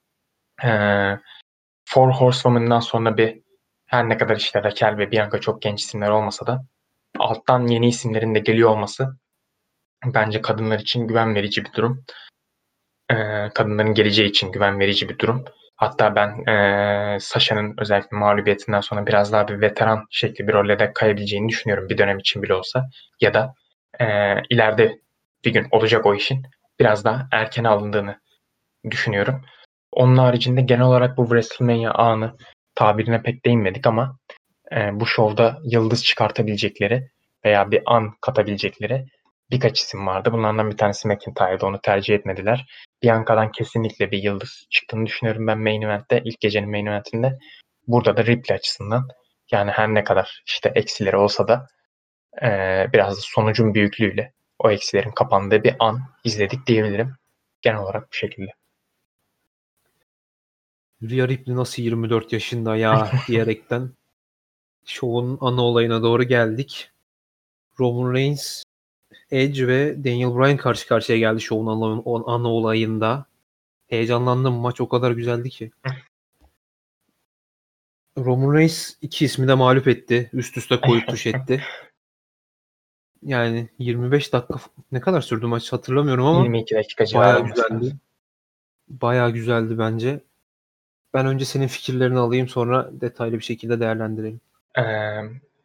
Four Horsewoman'dan sonra bir her ne kadar işte Raquel ve Bianca çok genç isimler olmasa da alttan yeni isimlerin de geliyor olması bence kadınlar için güven verici bir durum. Kadınların geleceği için güven verici bir durum. Hatta ben Sasha'nın özellikle mağlubiyetinden sonra biraz daha bir veteran şekli bir rolle de kayabileceğini düşünüyorum bir dönem için bile olsa. Ya da ileride bir gün olacak o işin biraz daha erken alındığını düşünüyorum. Onun haricinde genel olarak bu WrestleMania anı tabirine pek değinmedik ama bu şovda yıldız çıkartabilecekleri veya bir an katabilecekleri birkaç isim vardı. Bunlardan bir tanesi McIntyre'dı. Onu tercih etmediler. Bianca'dan kesinlikle bir yıldız çıktığını düşünüyorum ben main event'te. İlk gecenin main event'inde. Burada da Ripley açısından yani her ne kadar işte eksileri olsa da biraz da sonucun büyüklüğüyle o eksilerin kapandığı bir an izledik diyebilirim. Genel olarak bu şekilde. Rhea Ripley nasıl 24 yaşında ya diyerekten şovun ana olayına doğru geldik. Roman Reigns, Edge ve Daniel Bryan karşı karşıya geldi şovun ana olayında. Heyecanlandım. Maç o kadar güzeldi ki. Roman Reigns iki ismi de mağlup etti. Üst üste koyup tuş etti. Yani 25 dakika ne kadar sürdü maç hatırlamıyorum ama 22 dakika civarı bayağı olması güzeldi. lazım. Bayağı güzeldi bence. Ben önce senin fikirlerini alayım sonra detaylı bir şekilde değerlendirelim. Ee,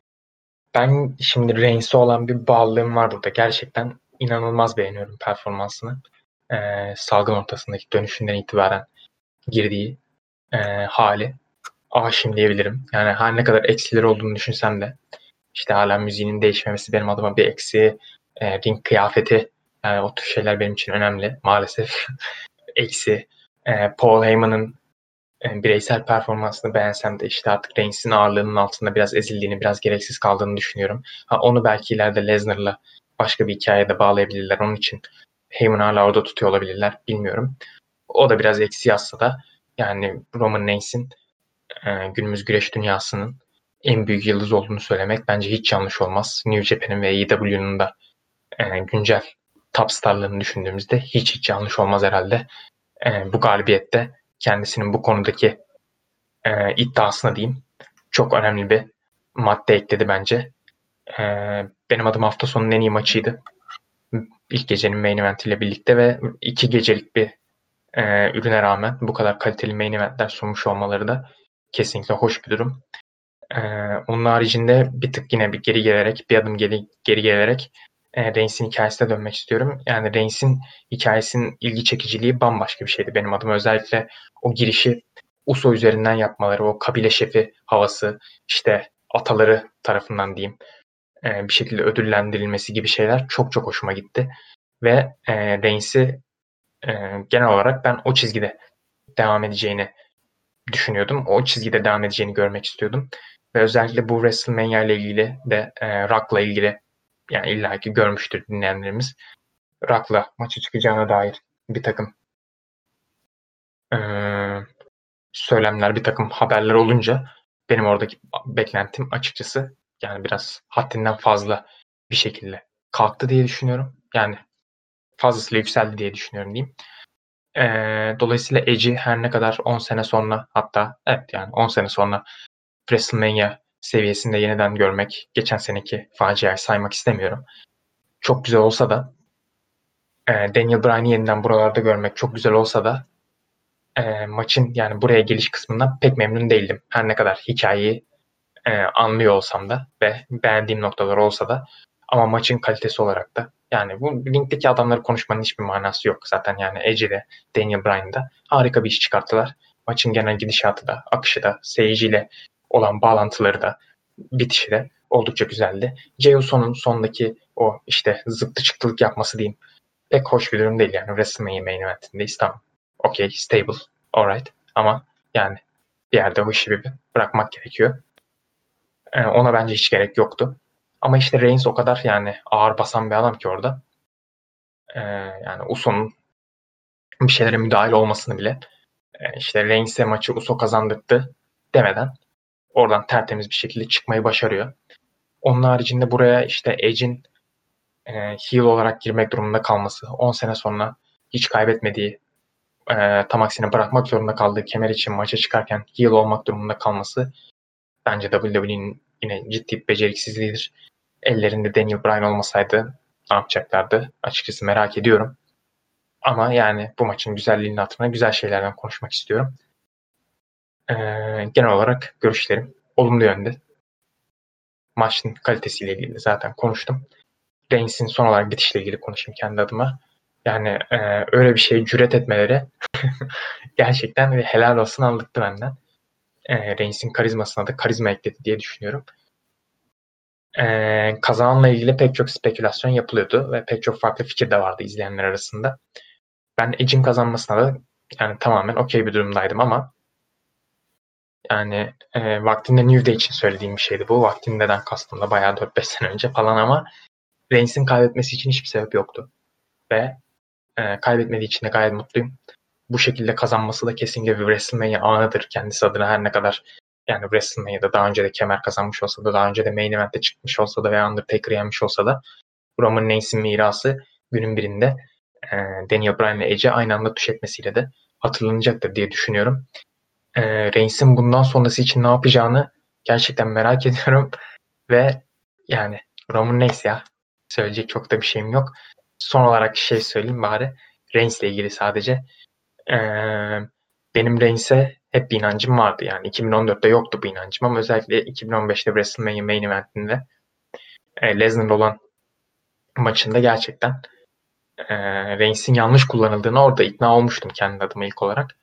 Ben şimdi Reigns'e olan bir bağlılığım var burada. Gerçekten inanılmaz beğeniyorum performansını. Salgın ortasındaki dönüşünden itibaren girdiği hali aşığım diyebilirim. Yani her ne kadar eksileri olduğunu düşünsem de işte hala müziğinin değişmemesi benim adıma bir eksi. Ring kıyafeti yani o tür şeyler benim için önemli maalesef. Eksi. Paul Heyman'ın bireysel performansını beğensem de işte artık Reigns'in ağırlığının altında biraz ezildiğini, biraz gereksiz kaldığını düşünüyorum. Onu belki ileride Lesnar'la başka bir hikayede bağlayabilirler. Onun için Heyman hala orada tutuyor olabilirler. Bilmiyorum. O da biraz eksi yazsa da yani Roman Reigns'in günümüz güreş dünyasının en büyük yıldız olduğunu söylemek bence hiç yanlış olmaz. New Japan'ın ve AEW'nun da güncel top starlarını düşündüğümüzde hiç yanlış olmaz herhalde. Bu galibiyette kendisinin bu konudaki iddiasına diyeyim çok önemli bir madde ekledi bence. Benim adım hafta sonunun en iyi maçıydı. İlk gecenin main eventiyle birlikte ve 2 gecelik bir ürüne rağmen bu kadar kaliteli main eventler sunmuş olmaları da kesinlikle hoş bir durum. Onun haricinde bir tık yine bir geri gelerek, bir adım geri gelerek Reigns'in hikayesine dönmek istiyorum. Yani Reigns'in hikayesinin ilgi çekiciliği bambaşka bir şeydi benim adıma. Özellikle o girişi Uso üzerinden yapmaları, o kabile şefi havası, işte ataları tarafından diyeyim bir şekilde ödüllendirilmesi gibi şeyler çok hoşuma gitti. Ve Reigns'i genel olarak ben o çizgide devam edeceğini düşünüyordum. O çizgide devam edeceğini görmek istiyordum. Ve özellikle bu WrestleMania ile ilgili de Rock'la ilgili yani illaki görmüştür dinleyenlerimiz. Rock'la maçı çıkacağına dair bir takım e, söylemler, bir takım haberler olunca benim oradaki beklentim açıkçası yani biraz haddinden fazla bir şekilde kalktı diye düşünüyorum. Yani fazlasıyla yükseldi diye düşünüyorum diyeyim. Dolayısıyla Edge'i her ne kadar 10 sene sonra hatta evet yani 10 sene sonra WrestleMania seviyesinde yeniden görmek, geçen seneki faciayı saymak istemiyorum. Çok güzel olsa da Daniel Bryan'ı yeniden buralarda görmek çok güzel olsa da maçın yani buraya geliş kısmından pek memnun değildim. Her ne kadar hikayeyi anlıyor olsam da ve beğendiğim noktalar olsa da, ama maçın kalitesi olarak da yani bu ringdeki adamları konuşmanın hiçbir manası yok. Zaten yani Edge de Daniel Bryan da harika bir iş çıkarttılar. Maçın genel gidişatı da, akışı da, seyirciyle olan bağlantıları da, bitişi de oldukça güzeldi. Jey Uso'nun sondaki o işte zıptı çıktılık yapması diyeyim, pek hoş bir durum değil yani. WrestleMania main eventindeyiz, tamam. Okay, stable, alright, ama yani bir yerde o işi bir bırakmak gerekiyor. Ona bence hiç gerek yoktu. Ama işte Reigns o kadar yani ağır basan bir adam ki orada. Yani Uso'nun bir şeylere müdahil olmasını bile işte Reigns'e maçı Uso kazandırdı demeden oradan tertemiz bir şekilde çıkmayı başarıyor. Onun haricinde buraya işte Edge'in heel olarak girmek durumunda kalması, 10 sene sonra hiç kaybetmediği, tam aksine bırakmak zorunda kaldığı kemer için maça çıkarken heel olmak durumunda kalması bence WWE'nin yine ciddi bir beceriksizliğidir. Ellerinde Daniel Bryan olmasaydı ne yapacaklardı? Açıkçası merak ediyorum. Ama yani bu maçın güzelliğinin hatırına güzel şeylerden konuşmak istiyorum. Genel olarak görüşlerim olumlu yönde. Maçın kalitesiyle ilgili zaten konuştum. Reigns'in son olarak bitişle ilgili konuşayım kendi adıma. Yani öyle bir şeye cüret etmeleri gerçekten ve helal olsun aldıktı benden. Reigns'in karizmasına da karizma ekledi diye düşünüyorum. Kazananla ilgili pek çok spekülasyon yapılıyordu ve pek çok farklı fikir de vardı izleyenler arasında. Ben Edge'in kazanmasına da yani tamamen okey bir durumdaydım ama yani vaktinde New Day için söylediğim bir şeydi bu. Vaktinde'den kastım da bayağı 4-5 sene önce falan, ama Reigns'in kaybetmesi için hiçbir sebep yoktu. Ve kaybetmediği için de gayet mutluyum. Bu şekilde kazanması da kesinlikle bir WrestleMania anıdır kendisi adına, her ne kadar yani WrestleMania'da daha önce de kemer kazanmış olsa da, daha önce de main event'te çıkmış olsa da ve Undertaker'ı yenmiş olsa da, Roman Reigns'in mirası günün birinde Daniel Bryan ve Edge'e aynı anda tuş etmesiyle de hatırlanacaktır diye düşünüyorum. Reigns'in bundan sonrası için ne yapacağını gerçekten merak ediyorum ve yani Roman Reigns ya, söyleyecek çok da bir şeyim yok. Son olarak şey söyleyeyim bari, Reigns'le ilgili sadece. Benim Reigns'e hep bir inancım vardı. Yani 2014'te yoktu bu inancım ama özellikle 2015'te WrestleMania main eventinde Lesnar'la olan maçında gerçekten Reigns'in yanlış kullanıldığını orada ikna olmuştum kendi adıma ilk olarak.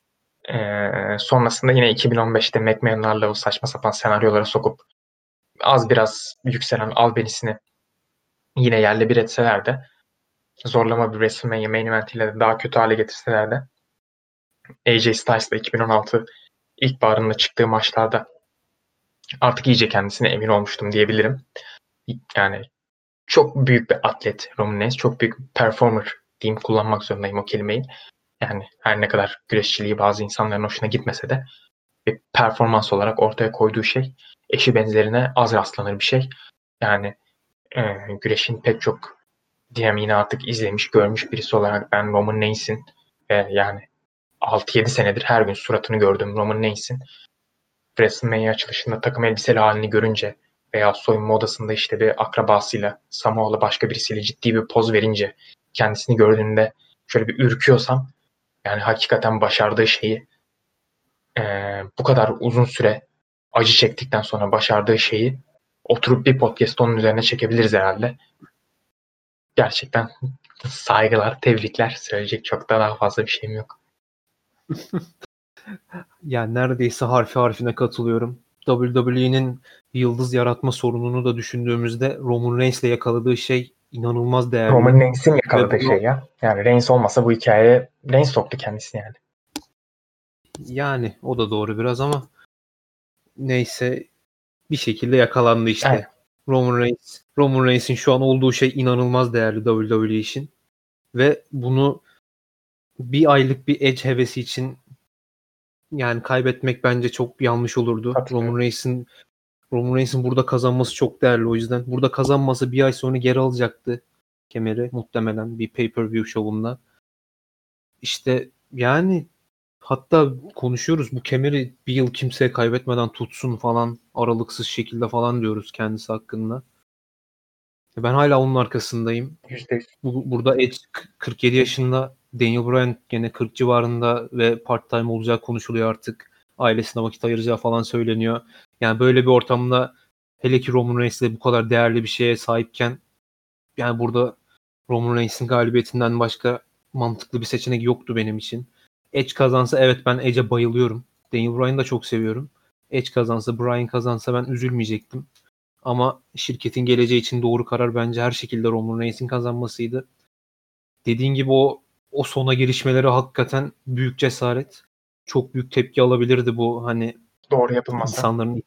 Sonrasında yine 2015'te McMahon'larla o saçma sapan senaryolara sokup az biraz yükselen albenisini yine yerle bir etseler de, zorlama bir WrestleMania main eventiyle de daha kötü hale getirseler de, AJ Styles'la 2016 ilkbaharında çıktığı maçlarda artık iyice kendisine emin olmuştum diyebilirim. Yani çok büyük bir atlet Roman Reigns, çok büyük bir performer diyeyim, kullanmak zorundayım o kelimeyi. Yani her ne kadar güreşçiliği bazı insanların hoşuna gitmese de bir performans olarak ortaya koyduğu şey eşi benzerine az rastlanır bir şey. Yani güreşin pek çok dinamiğini artık izlemiş, görmüş birisi olarak ben Roman Reigns'in yani 6-7 senedir her gün suratını gördüğüm Roman Reigns'in WrestleMania açılışında takım elbiseli halini görünce veya soyunma odasında işte bir akrabasıyla, Samoa'lı başka birisiyle ciddi bir poz verince kendisini gördüğünde şöyle bir ürküyorsam, yani hakikaten başardığı şeyi, bu kadar uzun süre acı çektikten sonra başardığı şeyi oturup bir podcast onun üzerine çekebiliriz herhalde. Gerçekten saygılar, tebrikler. Söyleyecek çok da daha fazla bir şeyim yok. Yani neredeyse harfi harfine katılıyorum. WWE'nin yıldız yaratma sorununu da düşündüğümüzde Roman Reigns'le yakaladığı şey inanılmaz değerli. Roman Reigns'in Ve yakaladığı bunu, şey ya. Yani Reigns olmasa bu hikayeye Reigns soktu kendisini yani. yani o da doğru biraz ama neyse, bir şekilde yakalandı işte. Aynen. Roman Reigns'in şu an olduğu şey inanılmaz değerli WWE için. Ve bunu bir aylık bir Edge hevesi için yani kaybetmek bence çok yanlış olurdu. Roman Reigns'in burada kazanması çok değerli o yüzden. Burada kazanması bir ay sonra geri alacaktı kemeri muhtemelen bir pay-per-view şovunda. İşte yani Hatta konuşuyoruz, bu kemeri bir yıl kimseye kaybetmeden tutsun falan, aralıksız şekilde falan diyoruz kendisi hakkında. Ben hala onun arkasındayım. %100. Burada Edge 47 yaşında, Daniel Bryan gene 40 civarında ve part-time olacağı konuşuluyor artık. Ailesine vakit ayıracağı falan söyleniyor. Yani böyle bir ortamda, hele ki Roman Reigns de bu kadar değerli bir şeye sahipken, yani burada Roman Reigns'in galibiyetinden başka mantıklı bir seçenek yoktu benim için. Edge kazansa, evet ben Edge'e bayılıyorum. Daniel Bryan'ı da çok seviyorum. Edge kazansa, Bryan kazansa ben üzülmeyecektim. Ama şirketin geleceği için doğru karar bence her şekilde Roman Reigns'in kazanmasıydı. Dediğin gibi o sona girişmeleri hakikaten büyük cesaret. Çok büyük tepki alabilirdi bu, hani Doğru yapılmasa.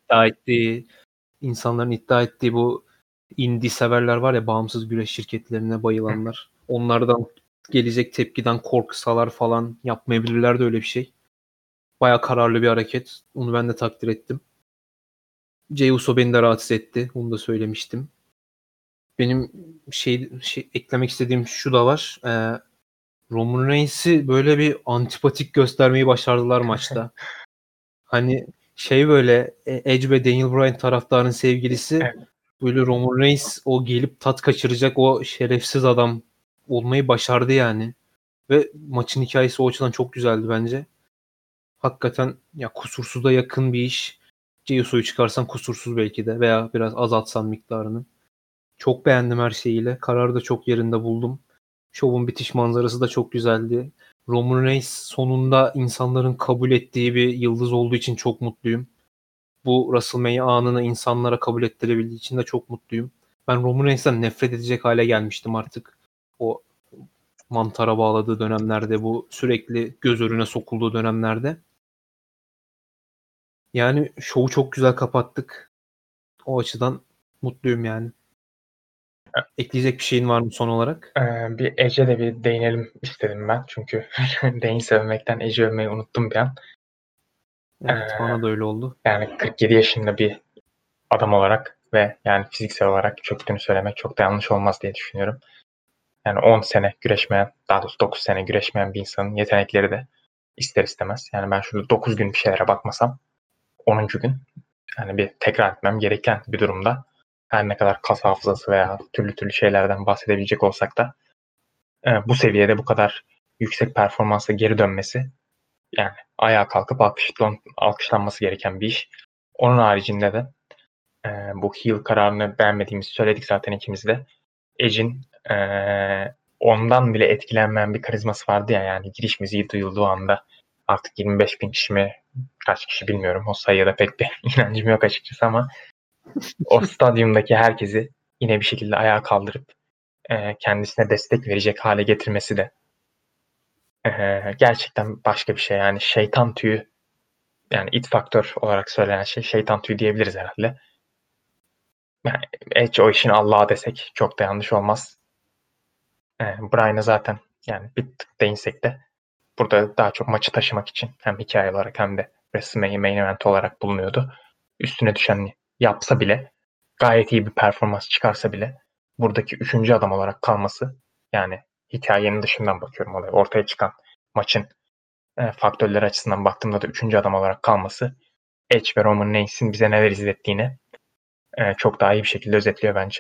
insanların iddia ettiği bu indie severler var ya, bağımsız güreş şirketlerine bayılanlar. Onlardan gelecek tepkiden korksalar falan yapmayabilirler de öyle bir şey. Baya kararlı bir hareket. Onu ben de takdir ettim. Jey Uso beni de rahatsız etti. Onu da söylemiştim. Benim eklemek istediğim şu da var. Roman Reigns'i böyle bir antipatik göstermeyi başardılar maçta. Hani böyle Edge ve Daniel Bryan taraftarın sevgilisi, Evet. böyle Roman Reigns o gelip tat kaçıracak o şerefsiz adam olmayı başardı yani. Ve maçın hikayesi o açıdan çok güzeldi bence. Hakikaten ya, kusursuza yakın bir iş. Jey Uso'yu çıkarsan kusursuz belki de, veya biraz azaltsan miktarını. Çok beğendim her şeyiyle. Kararı da çok yerinde buldum. Şovun bitiş manzarası da çok güzeldi. Roman Reigns sonunda insanların kabul ettiği bir yıldız olduğu için çok mutluyum. Bu WrestleMania anını insanlara kabul ettirebildiği için de çok mutluyum. Ben Roman Reigns'ten nefret edecek hale gelmiştim artık. O mantara bağladığı dönemlerde, bu sürekli göz önüne sokulduğu dönemlerde. Yani şovu çok güzel kapattık. O açıdan mutluyum yani. Ekleyecek bir şeyin var mı son olarak? Bir Edge'e de bir değinelim istedim ben. Çünkü Dane sevmekten Edge'i övmeyi unuttum bir an. Evet, bana da öyle oldu. Yani 47 yaşında bir adam olarak ve yani fiziksel olarak çöktüğünü söylemek çok da yanlış olmaz diye düşünüyorum. Yani 10 sene güreşmeyen, daha doğrusu 9 sene güreşmeyen bir insanın yetenekleri de ister istemez. Yani ben şurada 9 gün bir şeylere bakmasam 10. gün yani bir tekrar etmem gereken bir durumda. Her ne kadar kas hafızası veya türlü türlü şeylerden bahsedebilecek olsak da bu seviyede bu kadar yüksek performansla geri dönmesi, yani ayağa kalkıp alkışlanması gereken bir iş. Onun haricinde de bu heel kararını beğenmediğimizi söyledik zaten ikimiz de. Edge'in ondan bile etkilenmeyen bir karizması vardı ya, yani giriş müziği duyulduğu anda artık 25 bin kişi mi kaç kişi bilmiyorum, o sayıya da pek bir inancım yok açıkçası, ama o stadyumdaki herkesi yine bir şekilde ayağa kaldırıp kendisine destek verecek hale getirmesi de gerçekten başka bir şey. Yani şeytan tüyü, yani it faktör olarak söylenen şey şeytan tüyü diyebiliriz herhalde. Yani Edge o işin Allah'a desek çok da yanlış olmaz. Bryan'a zaten yani bir tık değinsek de burada daha çok maçı taşımak için hem hikaye olarak hem de WrestleMania main event olarak bulunuyordu. Üstüne düşeni yapsa bile, gayet iyi bir performans çıkarsa bile buradaki 3. adam olarak kalması, yani hikayenin dışından bakıyorum olaya, ortaya çıkan maçın faktörleri açısından baktığımda da 3. adam olarak kalması Edge ve Roman Reigns'in bize neler izlettiğini çok daha iyi bir şekilde özetliyor bence.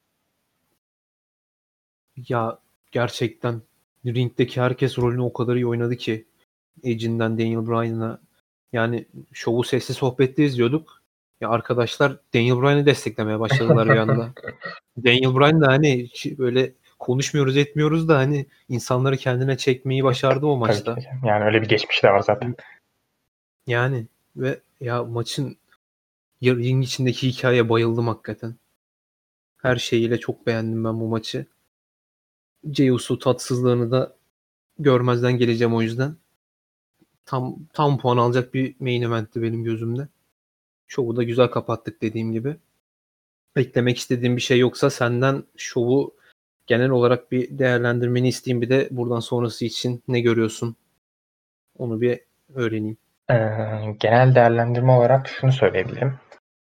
Ya gerçekten ringdeki herkes rolünü o kadar iyi oynadı ki, Edge'inden Daniel Bryan'a. Yani şovu sesli sohbette izliyorduk. Ya arkadaşlar Daniel Bryan'ı desteklemeye başladılar bir anda. Daniel Bryan da hani böyle konuşmuyoruz etmiyoruz da hani insanları kendine çekmeyi başardı o Tabii ki maçta. de. Yani öyle bir geçmiş de var zaten. Yani ve ya maçın ring içindeki hikayeye bayıldım hakikaten. Her şeyiyle çok beğendim ben bu maçı. Jey Uso tatsızlığını da görmezden geleceğim o yüzden. Tam puan alacak bir main event'ti benim gözümde. Şovu da güzel kapattık dediğim gibi. Eklemek istediğim bir şey yoksa senden şovu genel olarak bir değerlendirmeni isteyeyim. Bir de buradan sonrası için ne görüyorsun? Onu bir öğreneyim. Genel değerlendirme olarak şunu söyleyebilirim.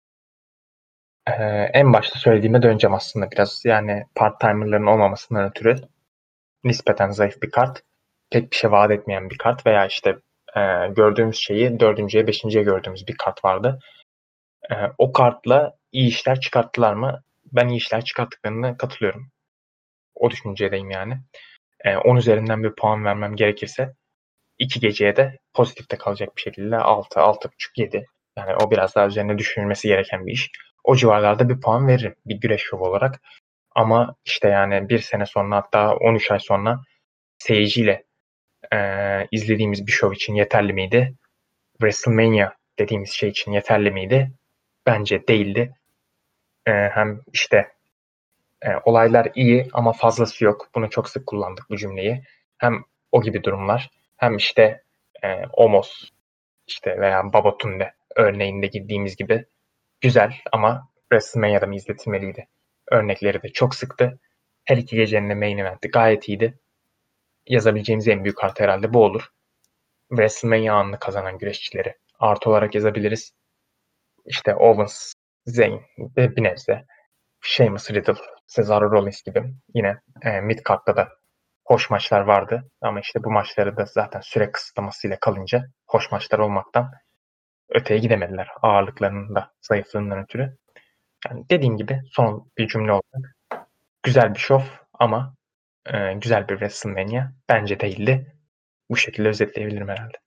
En başta söylediğime döneceğim aslında biraz. Yani part-timer'ların olmamasından ötürü nispeten zayıf bir kart. Pek bir şey vaat etmeyen bir kart veya işte gördüğümüz şeyi 4.'ye 5.'ye gördüğümüz bir kart vardı. O kartla iyi işler çıkarttılar mı? Ben iyi işler çıkarttıklarına katılıyorum. O düşüncedeyim yani. 10 üzerinden bir puan vermem gerekirse 2 geceye de pozitifte kalacak bir şekilde 6, 6.5, 7. Yani o biraz daha üzerine düşünülmesi gereken bir iş. O civarlarda bir puan veririm bir güreş şovu olarak. Ama işte yani bir sene sonra hatta 13 ay sonra seyirciyle izlediğimiz bir şov için yeterli miydi? WrestleMania dediğimiz şey için yeterli miydi? Bence değildi. Hem işte olaylar iyi ama fazlası yok. Bunu çok sık kullandık bu cümleyi. Hem o gibi durumlar hem işte Omos işte veya Babatunde örneğinde girdiğimiz gibi güzel ama WrestleMania'da mı izletilmeliydi? Örnekleri de çok sıktı. Her iki gecenin de main eventi gayet iyiydi. Yazabileceğimiz en büyük artı herhalde bu olur. WrestleMania anını kazanan güreşçileri artı olarak yazabiliriz. İşte Owens, Zayn ve bir nebze Sheamus, Riddle, Cesaro, Rollins gibi yine mid-card'da da hoş maçlar vardı. Ama işte bu maçları da zaten süre kısıtlamasıyla kalınca hoş maçlar olmaktan öteye gidemediler. Ağırlıklarının da zayıflığından ötürü. Yani dediğim gibi son bir cümle olarak güzel bir şov ama güzel bir WrestleMania bence değildi. Bu şekilde özetleyebilirim herhalde.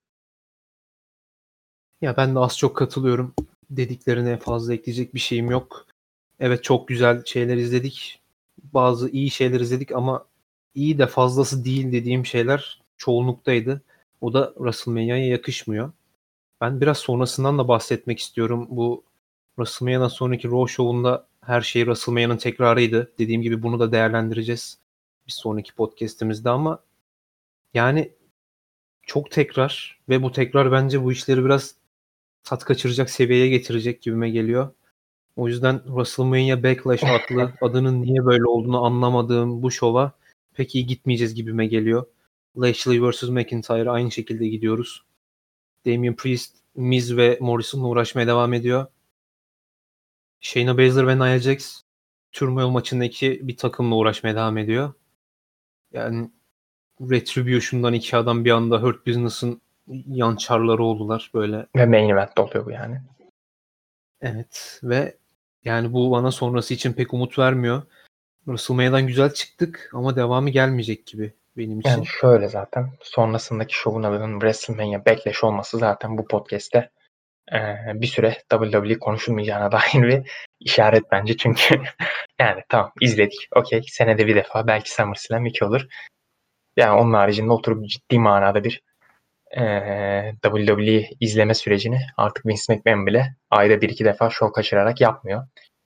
Ya ben de az çok katılıyorum. Dediklerine fazla ekleyecek bir şeyim yok. Evet, çok güzel şeyler izledik. Bazı iyi şeyler izledik ama iyi de fazlası değil dediğim şeyler çoğunluktaydı. O da WrestleMania'ya yakışmıyor. Ben biraz sonrasından da bahsetmek istiyorum. Bu WrestleMania'dan sonraki Raw Show'unda her şey WrestleMania'nın tekrarıydı. Dediğim gibi bunu da değerlendireceğiz bir sonraki podcast'imizde ama yani çok tekrar ve bu tekrar bence bu işleri biraz tat kaçıracak seviyeye getirecek gibime geliyor. O yüzden WrestleMania Backlash adlı adının niye böyle olduğunu anlamadığım bu şova pek iyi gitmeyeceğiz gibime geliyor. Lashley vs. McIntyre aynı şekilde gidiyoruz. Damian Priest, Miz ve Morrison'la uğraşmaya devam ediyor. Shayna Baszler ve Nia Jax Turmoil maçındaki bir takımla uğraşmaya devam ediyor. Yani Retribution'dan iki adam bir anda Hurt Business'ın yan çarları oldular böyle. Ve main event oluyor bu yani. Evet ve yani bu bana sonrası için pek umut vermiyor. WrestleMania'dan güzel çıktık ama devamı gelmeyecek gibi benim Yani için. şöyle zaten sonrasındaki şovun adının WrestleMania Backlash olması zaten bu podcast'te bir süre WWE konuşulmayacağına dair bir işaret bence. Çünkü yani tamam izledik. Okey. Senede bir defa belki SummerSlam 2 olur. Yani onun haricinde oturup ciddi manada bir WWE izleme sürecini artık Vince McMahon bile ayda bir iki defa şov kaçırarak yapmıyor.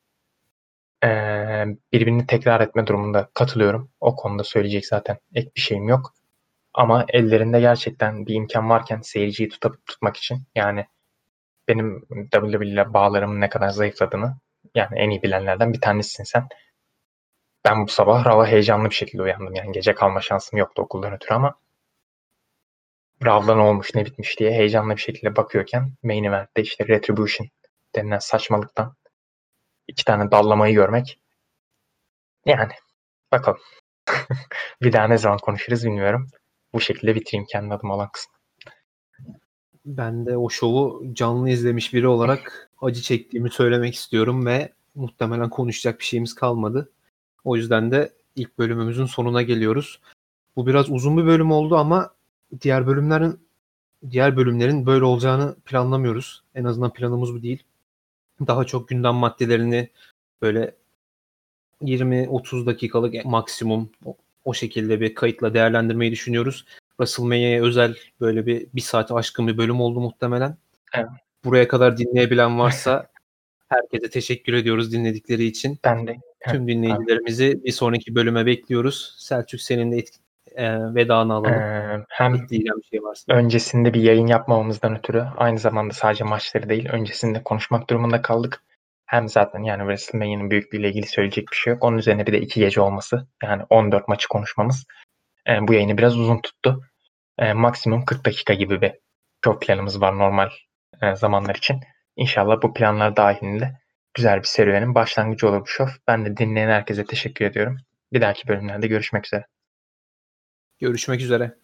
Birbirini tekrar etme durumunda katılıyorum. O konuda söyleyecek zaten ek bir şeyim yok. Ama ellerinde gerçekten bir imkan varken seyirciyi tutmak için yani benim WWE ile bağlarımın ne kadar zayıfladığını yani en iyi bilenlerden bir tanesisin sen. Ben bu sabah Raw'a heyecanlı bir şekilde uyandım. Yani gece kalma şansım yoktu okuldan ötürü ama Raw'da ne olmuş ne bitmiş diye heyecanlı bir şekilde bakıyorken main event'te işte Retribution denilen saçmalıktan 2 tane dallamayı görmek yani bakalım. Bir daha ne zaman konuşuruz bilmiyorum. Bu şekilde bitireyim kendi adıma olan kısmı. Ben de o şovu canlı izlemiş biri olarak acı çektiğimi söylemek istiyorum ve muhtemelen konuşacak bir şeyimiz kalmadı. O yüzden de ilk bölümümüzün sonuna geliyoruz. Bu biraz uzun bir bölüm oldu ama diğer bölümlerin böyle olacağını planlamıyoruz. En azından planımız bu değil. Daha çok gündem maddelerini böyle 20-30 dakikalık maksimum o şekilde bir kayıtla değerlendirmeyi düşünüyoruz. WrestleMania'ya özel böyle bir saati aşkın bir bölüm oldu muhtemelen. Evet. Buraya kadar dinleyebilen varsa herkese teşekkür ediyoruz dinledikleri için. Ben de Tüm dinleyicilerimizi bir sonraki bölüme bekliyoruz. Selçuk, senin de vedanı alalım. hem Ekleyeceğim bir şey varsa. öncesinde bir yayın yapmamamızdan ötürü aynı zamanda sadece maçları değil öncesinde konuşmak durumunda kaldık. Hem zaten yani WrestleMania'nın büyüklüğüyle ilgili söyleyecek bir şey yok. Onun üzerine bir de 2 gece olması yani 14 maçı konuşmamız bu yayını biraz uzun tuttu. Maksimum 40 dakika gibi bir show planımız var normal zamanlar için. İnşallah bu planlar dahilinde güzel bir serüvenin başlangıcı olur bu show. Ben de dinleyen herkese teşekkür ediyorum. Bir dahaki bölümlerde görüşmek üzere. Görüşmek üzere.